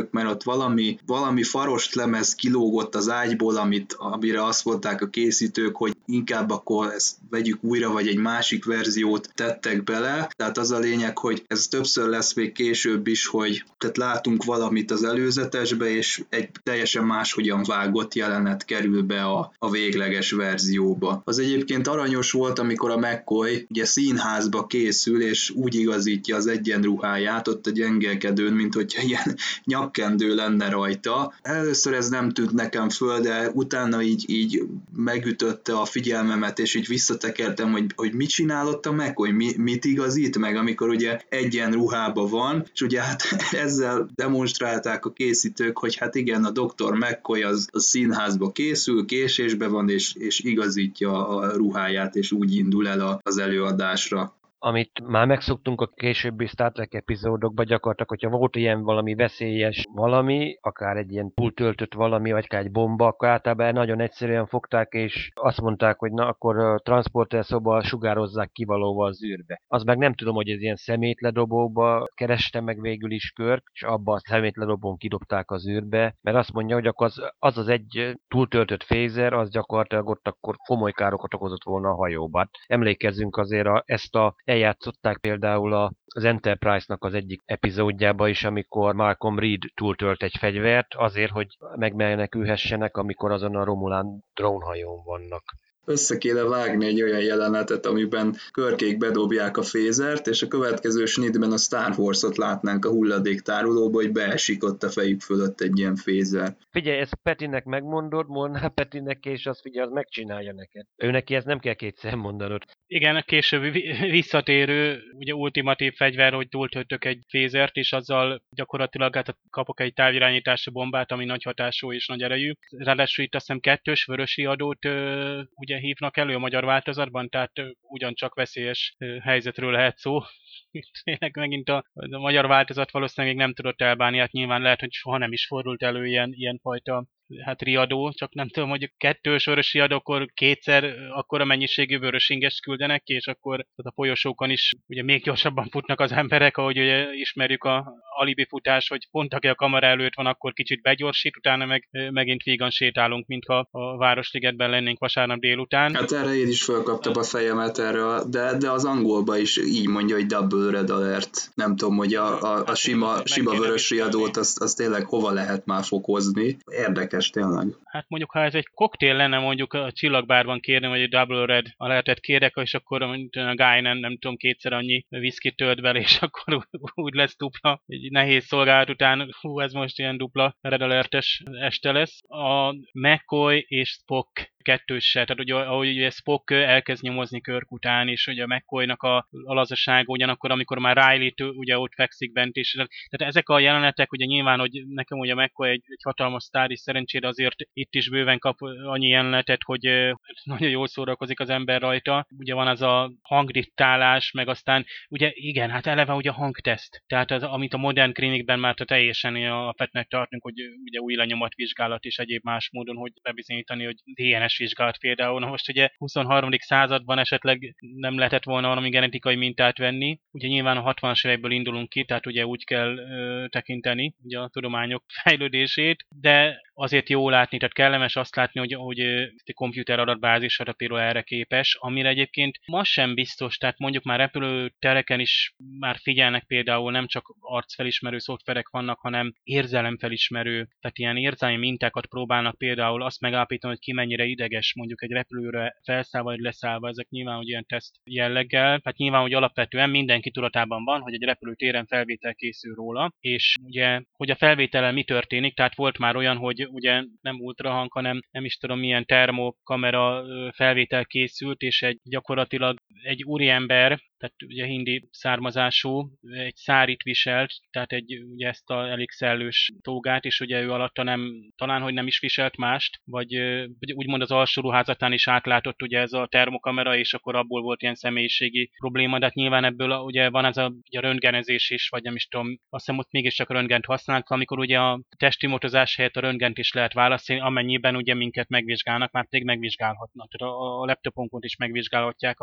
készítők, mert ott valami farost lemez kilógott az ágyból, amire azt mondták a készítők, hogy inkább akkor ezt vegyük újra, vagy egy másik verziót tettek bele. Tehát az a lényeg, hogy ez többször lesz még később is, hogy tehát látunk valamit az előzetesbe, és egy teljesen máshogyan vágott jelenet kerül be a végleges verzióba. Az egyébként aranyos volt, amikor a McCoy ugye színházba készül, és úgy igazítja az egyenruháját ott a gyengelkedőn, mint hogyha ilyen nyakkendő lenne rajta. Először ez nem tűnt nekem föl, de utána így megütötte a figyelmemet, és így visszatekertem, hogy mit csinálott a McCoy, mit igazít meg, amikor ugye egyenruhában van, és ugye hát ezzel demonstrálták a készítők, hogy hát igen, a Dr. McCoy az színházba készül, késésbe van, és igazítja a ruháját, és úgy indul el az előadásra. Amit már megszoktunk a későbbi Star Trek epizódokban, gyakorlatilag, hogyha volt ilyen valami veszélyes valami, akár egy ilyen túltöltött valami, vagy akár egy bomba, akkor általában nagyon egyszerűen fogták, és azt mondták, hogy na, akkor a transporter szoba sugározzák kivalóval az űrbe. Az meg nem tudom, hogy ez ilyen szemétledobóba kereste meg végül is Kirk, és abba a szemétledobón kidobták az űrbe, mert azt mondja, hogy akkor az egy túltöltött phaser, az gyakorlatilag ott akkor komoly károkat okozott volna a hajóban. Emlékezzünk azért ezt a eljátszották például az Enterprise-nak az egyik epizódjába is, amikor Malcolm Reed túltölt egy fegyvert azért, hogy megmenekülhessenek, amikor azon a Romulán drónhajón vannak. Össze kéne vágni egy olyan jelenetet, amiben Kirkék bedobják a fézert, és a következő snitben a Star Wars-ot látnánk a hulladéktárolóba, hogy beesik ott a fejük fölött egy ilyen fézer. Figyelj, ezt Petinek megmondod, mondná Petinek, és azt figyelj, az megcsinálja neked. Ő neki ezt nem kell kétszer mondanod. Igen, a későbbi visszatérő, ugye ultimatív fegyver, hogy túltöltök egy fézert, és azzal gyakorlatilag hát kapok egy távirányítási bombát, ami nagy hatású és nagy erejű. Ráadásul itt azt hiszem 2 vörösi adót ugye hívnak elő a magyar változatban, tehát ugyancsak veszélyes helyzetről lehet szó. Tényleg megint a magyar változat valószínűleg még nem tudott elbánni, hát nyilván lehet, hogy soha nem is fordult elő ilyen fajta riadó, csak nem tudom, hogy 2 vörös riadókor 2-szer akkora mennyiségű vörösingest küldenek ki, és akkor a folyosókon is ugye még gyorsabban futnak az emberek, ahogy ugye ismerjük a alibi futás, hogy pont aki a kamera előtt van, akkor kicsit begyorsít, utána meg megint vígan sétálunk, mintha a Városligetben lennénk vasárnap délután. Hát erre én is felkaptam a fejemet erre, de az angolban is így mondja, hogy double red alert. Nem tudom, hogy a sima vörös riadót azt tényleg hova lehet már fokozni. Érdekes tényleg. Hát mondjuk, ha ez egy koktél lenne, mondjuk a Csillagbárban kérnem, hogy egy double red alertet kérek, és akkor a Guy nem tudom, 2-szer annyi whisky tölt bele, és akkor úgy lesz dupla. Egy nehéz szolgálat után, ez most ilyen dupla red alertes este lesz. A McCoy és Spock kettőse, tehát ugye, ahogy ugye Spock elkezd nyomozni Kirk után, és ugye a McCoynak a lazasága ugyanakkor, amikor már Riley ugye ott fekszik bent is. Tehát ezek a jelenetek, ugye nyilván, hogy nekem ugye McCoy egy hatalmas sztár, és szerencsére azért itt is bőven kap annyi jelenetet, hogy nagyon jól szórakozik az ember rajta. Ugye van az a hangdiktálás, meg aztán ugye igen, hát eleve ugye a hangteszt. Tehát az, amit a modern klinikben már teljesen a petnek tartunk, hogy ugye új lenyomatvizsgálat és egyéb más módon, hogy bebizonyítani, hogy DNS vizsgálat például. Na most ugye 23. században esetleg nem lehetett volna valami genetikai mintát venni. Ugye nyilván a 60-as évekből indulunk ki, tehát ugye úgy kell tekinteni ugye a tudományok fejlődését, de azért jó látni, tehát kellemes azt látni, hogy a komputer adatbázis például erre képes, amire egyébként ma sem biztos, tehát mondjuk már repülőtereken is már figyelnek például, nem csak arcfelismerő szoftverek vannak, hanem érzelemfelismerő, tehát ilyen érzelmi mintákat próbálnak például azt megállapítani, hogy ki mennyire ideges mondjuk egy repülőre felszállva vagy leszállva, ezek nyilván, hogy ilyen teszt jelleggel, hát nyilván, hogy alapvetően mindenki tudatában van, hogy egy repülőtéren felvétel készül róla, és ugye, hogy a felvétellel mi történik, tehát volt már olyan, hogy ugye nem ultrahang, hanem nem is tudom milyen termokamera felvétel készült, és gyakorlatilag egy úriember, tehát ugye hindi származású, egy szárit viselt, tehát ugye ezt a elég szellős tógát, és ugye ő alatta talán, hogy nem is viselt mást, vagy úgymond az alsó ruházatán is átlátott ugye ez a termokamera, és akkor abból volt ilyen személyiségi probléma, de hát nyilván ebből ugye van ez a röntgenezés is, vagy nem is tudom, azt hiszem ott mégiscsak röntgent használnak, amikor ugye a testi motozás helyett a röntgent is lehet választani, amennyiben ugye minket megvizsgálnak, már pedig megvizsgálhatnak. Tehát a laptopunkon is megvizsgálhatják, amennyiben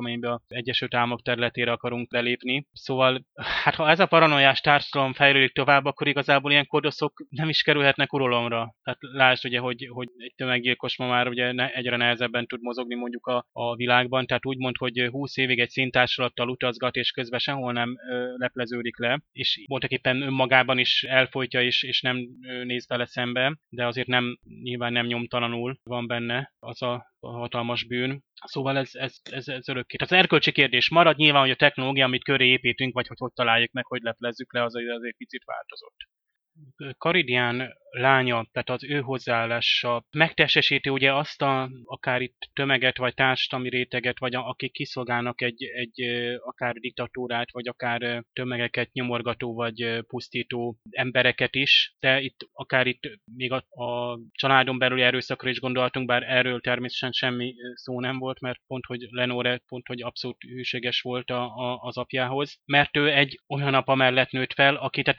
Egyesült Államok területére akarunk belépni. Szóval, hát ha ez a paranoiás társadalom fejlődik tovább, akkor igazából ilyen kodoszok nem is kerülhetnek uralomra. Tehát lásd ugye, hogy egy tömeggyilkos ma már ugye egyre nehezebben tud mozogni mondjuk a világban, tehát úgy mond, hogy 20 évig egy színtársulattal utazgat, és közben sehol nem lepleződik le, és voltaképpen önmagában is elfolytja, és nem néz vele szembe, de azért nyilván nem nyomtalanul van benne az a hatalmas bűn. Szóval ez örökké. Tehát az erkölcsi kérdés marad, nyilván, hogy a technológia, amit köré építünk, vagy hogy találjuk meg, hogy leplezzük le, az azért picit változott. Karidián lánya, tehát az ő hozzáállása megtestesíti ugye azt akár itt tömeget, vagy társadalmi réteget, vagy akik kiszolgálnak egy akár diktatúrát, vagy akár tömegeket nyomorgató, vagy pusztító embereket is, de akár itt még a családon belüli erőszakra is gondolhatunk, bár erről természetesen semmi szó nem volt, mert pont, hogy Lenore pont, hogy abszolút hűséges volt az apjához, mert ő egy olyan apa mellett nőtt fel, akit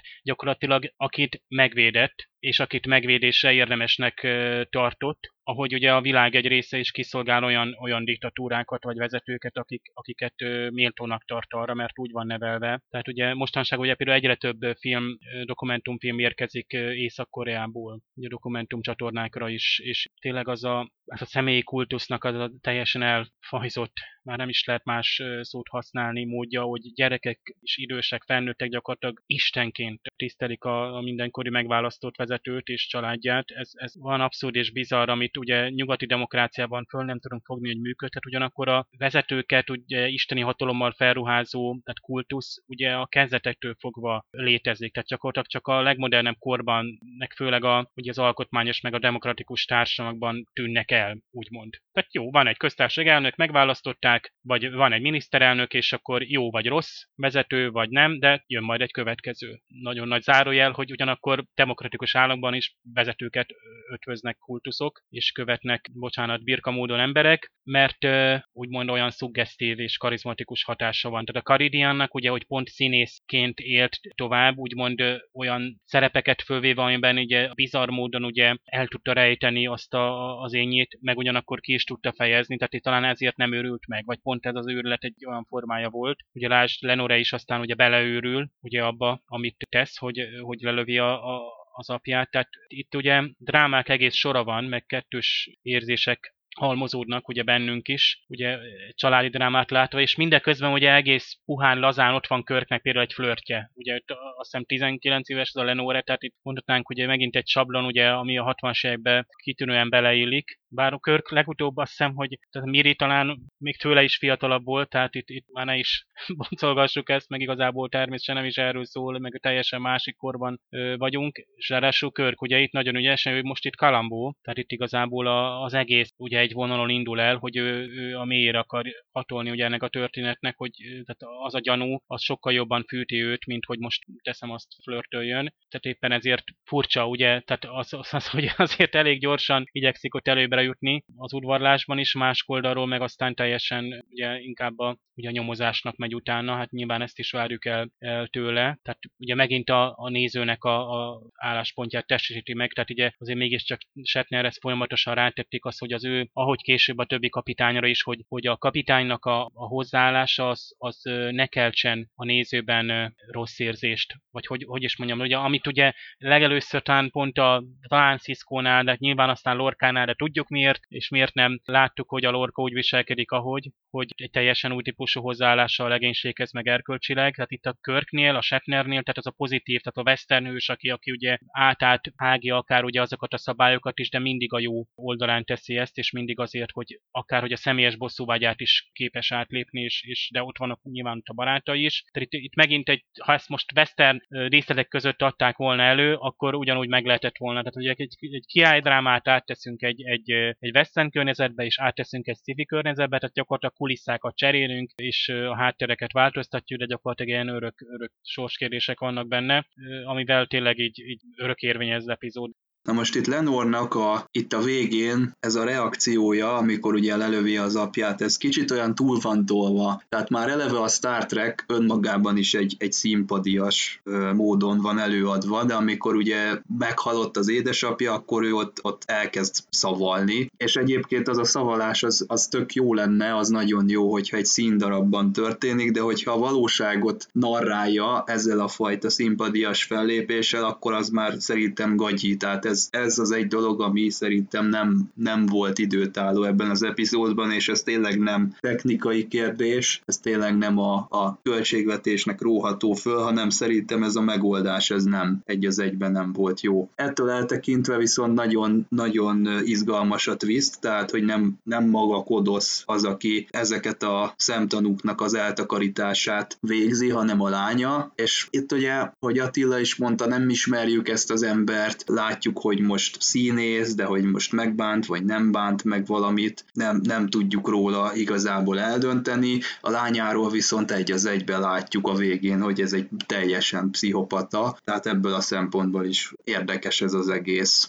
megvédett, és akit megvédésre érdemesnek tartott, ahogy ugye a világ egy része is kiszolgál olyan diktatúrákat vagy vezetőket, akiket méltónak tart arra, mert úgy van nevelve. Tehát ugye mostanság ugye például egyre több dokumentumfilm érkezik Észak-Koreából, ugye dokumentumcsatornákra is, és tényleg az a személyi kultusznak az a teljesen elfajzott, már nem is lehet más szót használni, módja, hogy gyerekek és idősek, felnőttek gyakorlatilag istenként tisztelik a mindenkori megválasztott vezetőt és családját. Ez van abszurd és bizarr, amit ugye nyugati demokráciában föl nem tudunk fogni, hogy működhet, ugyanakkor a vezetőket ugye isteni hatalommal felruházó, tehát kultusz ugye a kezdetektől fogva létezik. Tehát gyakorlatilag csak a legmodernebb korban, meg főleg ugye az alkotmányos meg a demokratikus társadalmakban tűnnek el, úgymond. Tehát jó, van egy köztársasági elnök, megválasztották, vagy van egy miniszterelnök, és akkor jó vagy rossz vezető, vagy nem, de jön majd egy következő. Nagyon nagy zárójel, hogy ugyanakkor demokratikus államban is vezetőket ötvöznek kultuszok, és követnek, birka módon emberek, mert úgymond olyan szuggesztív és karizmatikus hatása van. Tehát a Karidiánnak ugye, hogy pont színészként élt tovább, úgymond olyan szerepeket fölvéve, amiben ugye bizarr módon ugye el tudta rejteni azt az ényét, meg ugyanakkor ki is tudta fejezni, tehát itt talán ezért nem őrült meg, vagy pont ez az őrület egy olyan formája volt. Ugye lásd, Lenore is aztán ugye beleőrül, ugye abba, amit tesz, hogy lelövi az apját. Tehát itt ugye drámák egész sora van, meg kettős érzések halmozódnak ugye bennünk is, ugye családi drámát látva, és mindeközben ugye egész puhán lazán ott van Kirknek például egy flörtje. Ugye azt hiszem 19 éves az a Lenore, tehát itt mondhatnánk ugye megint egy sablon, ugye, ami a 60-as években kitűnően beleillik. Bár a Kirk legutóbb azt hiszem, hogy Miri talán még tőle is fiatalabb volt, tehát itt már ne is boncolgassuk ezt, meg igazából természetesen nem is erről szól, meg teljesen másik korban vagyunk, és ráadásul Kirk ugye itt nagyon ügyesen, ő most itt Kalambó, tehát itt igazából az egész ugye egy vonalon indul el, hogy ő a mélyére akar hatolni ugye ennek a történetnek, hogy tehát az a gyanú, az sokkal jobban fűti őt, mint hogy most teszem azt flörtöljön. Tehát éppen ezért furcsa, ugye, tehát az hogy azért elég gyorsan igyekszik ott előbbre jutni az udvarlásban is, más oldalról meg aztán teljesen ugye inkább a nyomozásnak megy utána, hát nyilván ezt is várjuk el tőle. Tehát ugye megint a nézőnek a álláspontját testesíti meg, tehát ugye azért mégiscsak Shatnerre folyamatosan rátették azt, hogy az ő, ahogy később a többi kapitányra is, hogy a kapitánynak a hozzáállása az ne keltsen a nézőben rossz érzést, vagy hogy is mondjam, ugye, amit ugye legelőször talán pont talán Siskónál, de nyilván aztán Lorcánál, de tudjuk miért, és miért nem láttuk, hogy a Lorca úgy viselkedik, hogy egy teljesen új típusú hozzáállása a legénységhez meg erkölcsileg. Tehát itt a Kirknél, a Shatnernél, tehát az a pozitív, tehát a western hős, aki ugye hágja akár ugye azokat a szabályokat is, de mindig a jó oldalán teszi ezt, és mindig azért, hogy akár hogy a személyes bosszúvágyát is képes átlépni, és de ott vannak nyilván a barátai is. Tehát itt megint ha ezt most western részletek között adták volna elő, akkor ugyanúgy meg lehetett volna. Tehát ugye egy kiálydrámát átteszünk egy western környezetbe, és átteszünk egy sci-fi környezetbe, tehát gyakorlatilag kulisszákat cserélünk, és a háttéreket változtatjuk, de gyakorlatilag ilyen örök sorskérdések vannak benne, amivel tényleg így örök érvényes az epizód. Na most itt Lenornak itt a végén ez a reakciója, amikor ugye lelövi az apját, ez kicsit olyan túl van tolva. Tehát már eleve a Star Trek önmagában is egy színpadias módon van előadva, de amikor ugye meghalott az édesapja, akkor ő ott elkezd szavalni, és egyébként az a szavalás az tök jó lenne, az nagyon jó, hogyha egy színdarabban történik, de hogyha a valóságot narrálja ezzel a fajta színpadias fellépéssel, akkor az már szerintem gagyi. Tehát ez az egy dolog, ami szerintem nem volt időtálló ebben az epizódban, és ez tényleg nem technikai kérdés, ez tényleg nem a költségvetésnek róható föl, hanem szerintem ez a megoldás, ez nem egy az egyben nem volt jó. Ettől eltekintve viszont nagyon, nagyon izgalmas a twist, tehát hogy nem maga Kodosz az, aki ezeket a szemtanúknak az eltakarítását végzi, hanem a lánya, és itt ugye, hogy Attila is mondta, nem ismerjük ezt az embert, látjuk, hogy most színész, de hogy most megbánt, vagy nem bánt meg valamit, nem tudjuk róla igazából eldönteni. A lányáról viszont egy az egybe látjuk a végén, hogy ez egy teljesen pszichopata, tehát ebből a szempontból is érdekes ez az egész.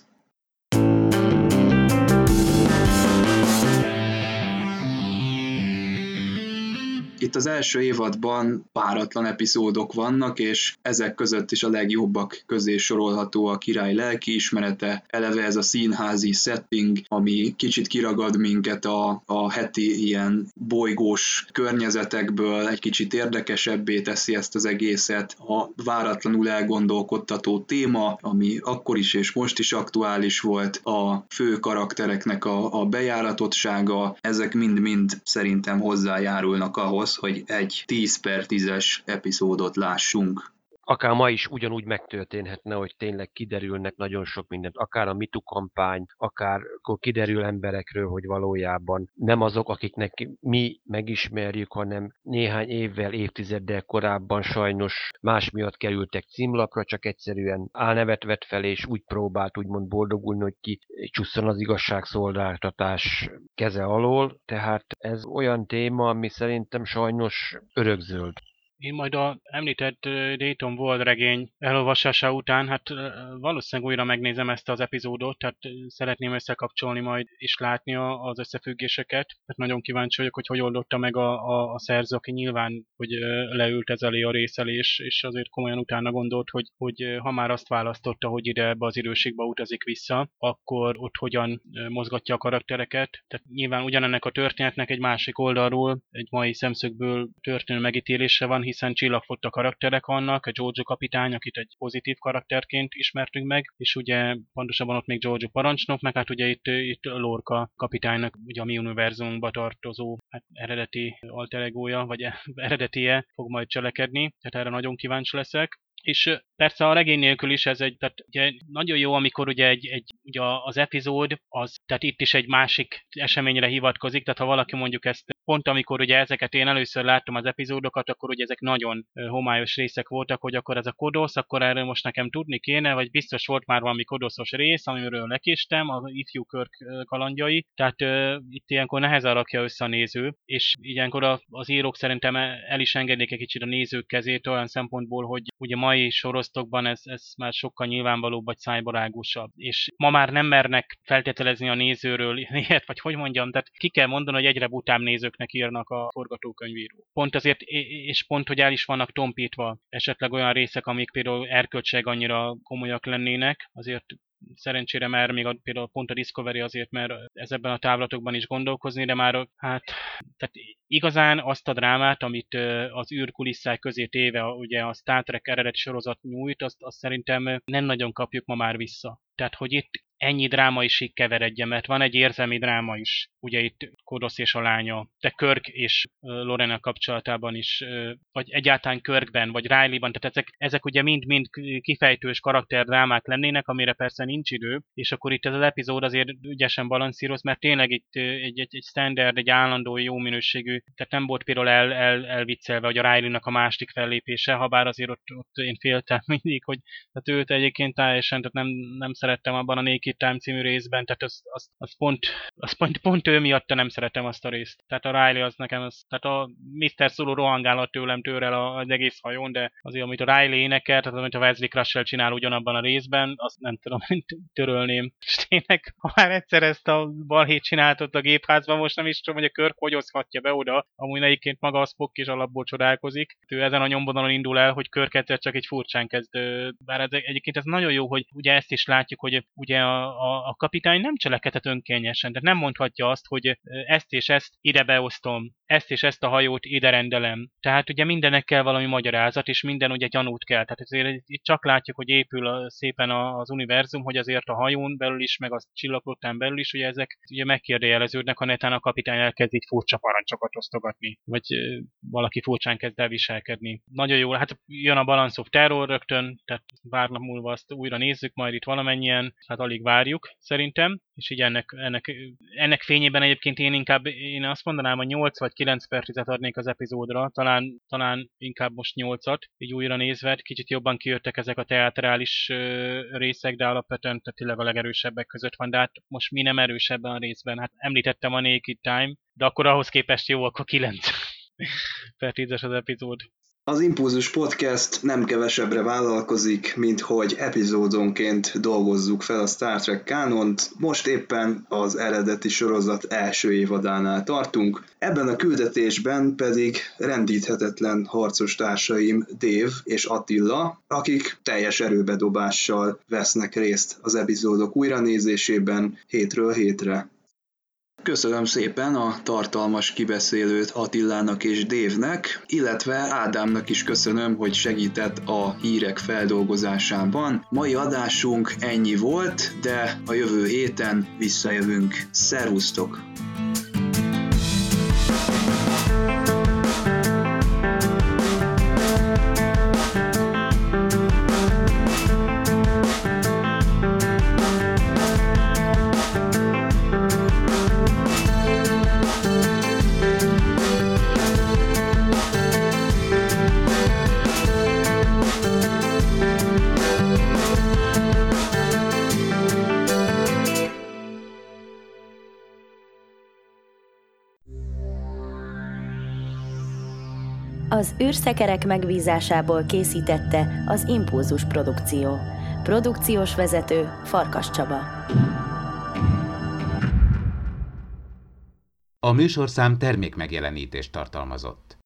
Itt az első évadban páratlan epizódok vannak, és ezek között is a legjobbak közé sorolható a Király lelkiismerete, eleve ez a színházi setting, ami kicsit kiragad minket a heti ilyen bolygós környezetekből, egy kicsit érdekesebbé teszi ezt az egészet, a váratlanul elgondolkodtató téma, ami akkor is és most is aktuális volt, a fő karaktereknek a bejáratottsága, ezek mind-mind szerintem hozzájárulnak ahhoz, hogy egy 10/10-es epizódot lássunk. Akár ma is ugyanúgy megtörténhetne, hogy tényleg kiderülnek nagyon sok mindent, akár a MeToo kampány, akár akkor kiderül emberekről, hogy valójában nem azok, akiknek mi megismerjük, hanem néhány évvel, évtizeddel korábban sajnos más miatt kerültek címlapra, csak egyszerűen álnevet vett fel, és úgy próbált úgymond boldogulni, hogy kicsusszon az igazságszolgáltatás keze alól. Tehát ez olyan téma, ami szerintem sajnos örökzöld. Én majd a említett Dayton Ward regény elolvasása után, hát valószínűleg újra megnézem ezt az epizódot, tehát szeretném összekapcsolni majd és látni az összefüggéseket. Tehát nagyon kíváncsi vagyok, hogy oldotta meg a szerző, aki nyilván, hogy leült ez elé a rész elé, és azért komolyan utána gondolt, hogy ha már azt választotta, hogy ide ebbe az időségbe utazik vissza, akkor ott hogyan mozgatja a karaktereket. Tehát nyilván ugyanennek a történetnek egy másik oldalról, egy mai szemszögből történő megítélése van, hiszen csillagfotta karakterek vannak, a Giorgio kapitány, akit egy pozitív karakterként ismertünk meg, és ugye pontosabban ott még Giorgio parancsnok, meg hát ugye itt Lorca kapitánynak ugye a mi univerzumunkba tartozó eredeti alter egója, vagy eredetie fog majd cselekedni, tehát erre nagyon kíváncsi leszek. És persze a regény nélkül is ez tehát ugye nagyon jó, amikor ugye ugye az epizód, tehát itt is egy másik eseményre hivatkozik, tehát ha valaki mondjuk ezt pont amikor ugye ezeket én először láttam az epizódokat, akkor ugye ezek nagyon homályos részek voltak, hogy akkor ez a Kodosz, akkor erről most nekem tudni kéne, vagy biztos volt már valami kodoszos rész, amiről lekéstem, az ifjú Kirk kalandjai, tehát itt ilyenkor nehezen rakja össze a néző, és ilyenkor az írók szerintem el is engedik egy kicsit a nézők kezét olyan szempontból, hogy ugye mai sorosztokban ez már sokkal nyilvánvalóbb vagy szájbarágosabb, és ma már nem mernek feltételezni a nézőről ilyet, vagy hogy mondjam, tehát ki kell mondani, hogy egyre butább nézőknek írnak a forgatókönyvíró. Pont azért, és pont, hogy el is vannak tompítva esetleg olyan részek, amik például erkölcsileg annyira komolyak lennének, azért szerencsére már még például pont a Discovery azért, mert ez ebben a távlatokban is gondolkozni, de már tehát igazán azt a drámát, amit az űrkulisszák közé téve ugye a Star Trek eredeti sorozat nyújt, azt szerintem nem nagyon kapjuk ma már vissza. Tehát, hogy itt ennyi drámaiség keveredjen, mert van egy érzelmi dráma is, ugye itt Kodosz és a lánya, de Kirk és Lorena kapcsolatában is, vagy egyáltalán Kirkben, vagy Rileyban, tehát ezek ugye mind-mind kifejtős karakterdrámák lennének, amire persze nincs idő, és akkor itt ez az epizód azért ügyesen balanszíroz, mert tényleg itt egy standard, egy állandó, jó minőségű, tehát nem volt például elviccelve, hogy a Riley-nak a másik fellépése, ha bár azért ott én féltem mindig, hogy tehát őt egyébként teljesen, tehát nem szerettem abban a Naked It Time című részben, tehát az pont ő miatt nem szeretem azt a részt. Tehát a Riley az nekem, tehát a Mr. Solo rohangálhat tőlem az egész hajón, de azért, amit a Riley énekel, tehát amit a Wesley Crusher csinál ugyanabban a részben, azt nem tudom, törölném. És tényleg, ha már egyszer ezt a balhét csináltott a gépházban, most nem is tudom, hogy a Kirk hogy oszthatja be oda, amúgy egyébként maga a Spock is alapból csodálkozik. Ő ezen a nyomvonalon indul el, hogy Kirk egyszer csak egy furcsán kezd. Bár egyébként ez nagyon jó, hogy ugye ezt is látjuk, hogy ugye a kapitány nem cselekedhet önkényesen, tehát nem mondhatja azt, hogy ezt és ezt ide beosztom, ezt és ezt a hajót ide rendelem. Tehát ugye mindennek kell valami magyarázat, és minden ugye gyanút kell. Tehát azért itt csak látjuk, hogy épül szépen az univerzum, hogy azért a hajón belül is, meg a csillagflottán belül is, ugye ezek ugye megkérdőjeleződnek, ha netán a kapitány elkezd így furcsa parancsokat osztogatni, vagy valaki furcsán kezd el viselkedni. Nagyon jó, hát jön a Balance of Terror rögtön, tehát pár nap múlva azt újra nézzük majd itt valamennyien, hát alig várjuk szerintem, és így ennek fényében egyébként én azt mondanám, hogy 8 vagy 9 per 10-et adnék az epizódra, talán inkább most 8-at, így újra nézve, kicsit jobban kijöttek ezek a teátrális részek, de alapvetően tényleg a legerősebbek között van, de hát most mi nem erős ebben a részben, hát említettem a Naked Time, de akkor ahhoz képest jó, akkor 9 per 10-es az epizód. Az Impulzus Podcast nem kevesebbre vállalkozik, mint hogy epizódonként dolgozzuk fel a Star Trek kánont. Most éppen az eredeti sorozat első évadánál tartunk. Ebben a küldetésben pedig rendíthetetlen harcos társaim Dave és Attila, akik teljes erőbedobással vesznek részt az epizódok újranézésében hétről hétre. Köszönöm szépen a tartalmas kibeszélőt Attilának és Dave-nek, illetve Ádámnak is köszönöm, hogy segített a hírek feldolgozásában. Mai adásunk ennyi volt, de a jövő héten visszajövünk. Szervusztok! Az űrszekerek megbízásából készítette az Impulzus Produkció. Produkciós vezető Farkas Csaba. A műsorszám termékmegjelenítést tartalmazott.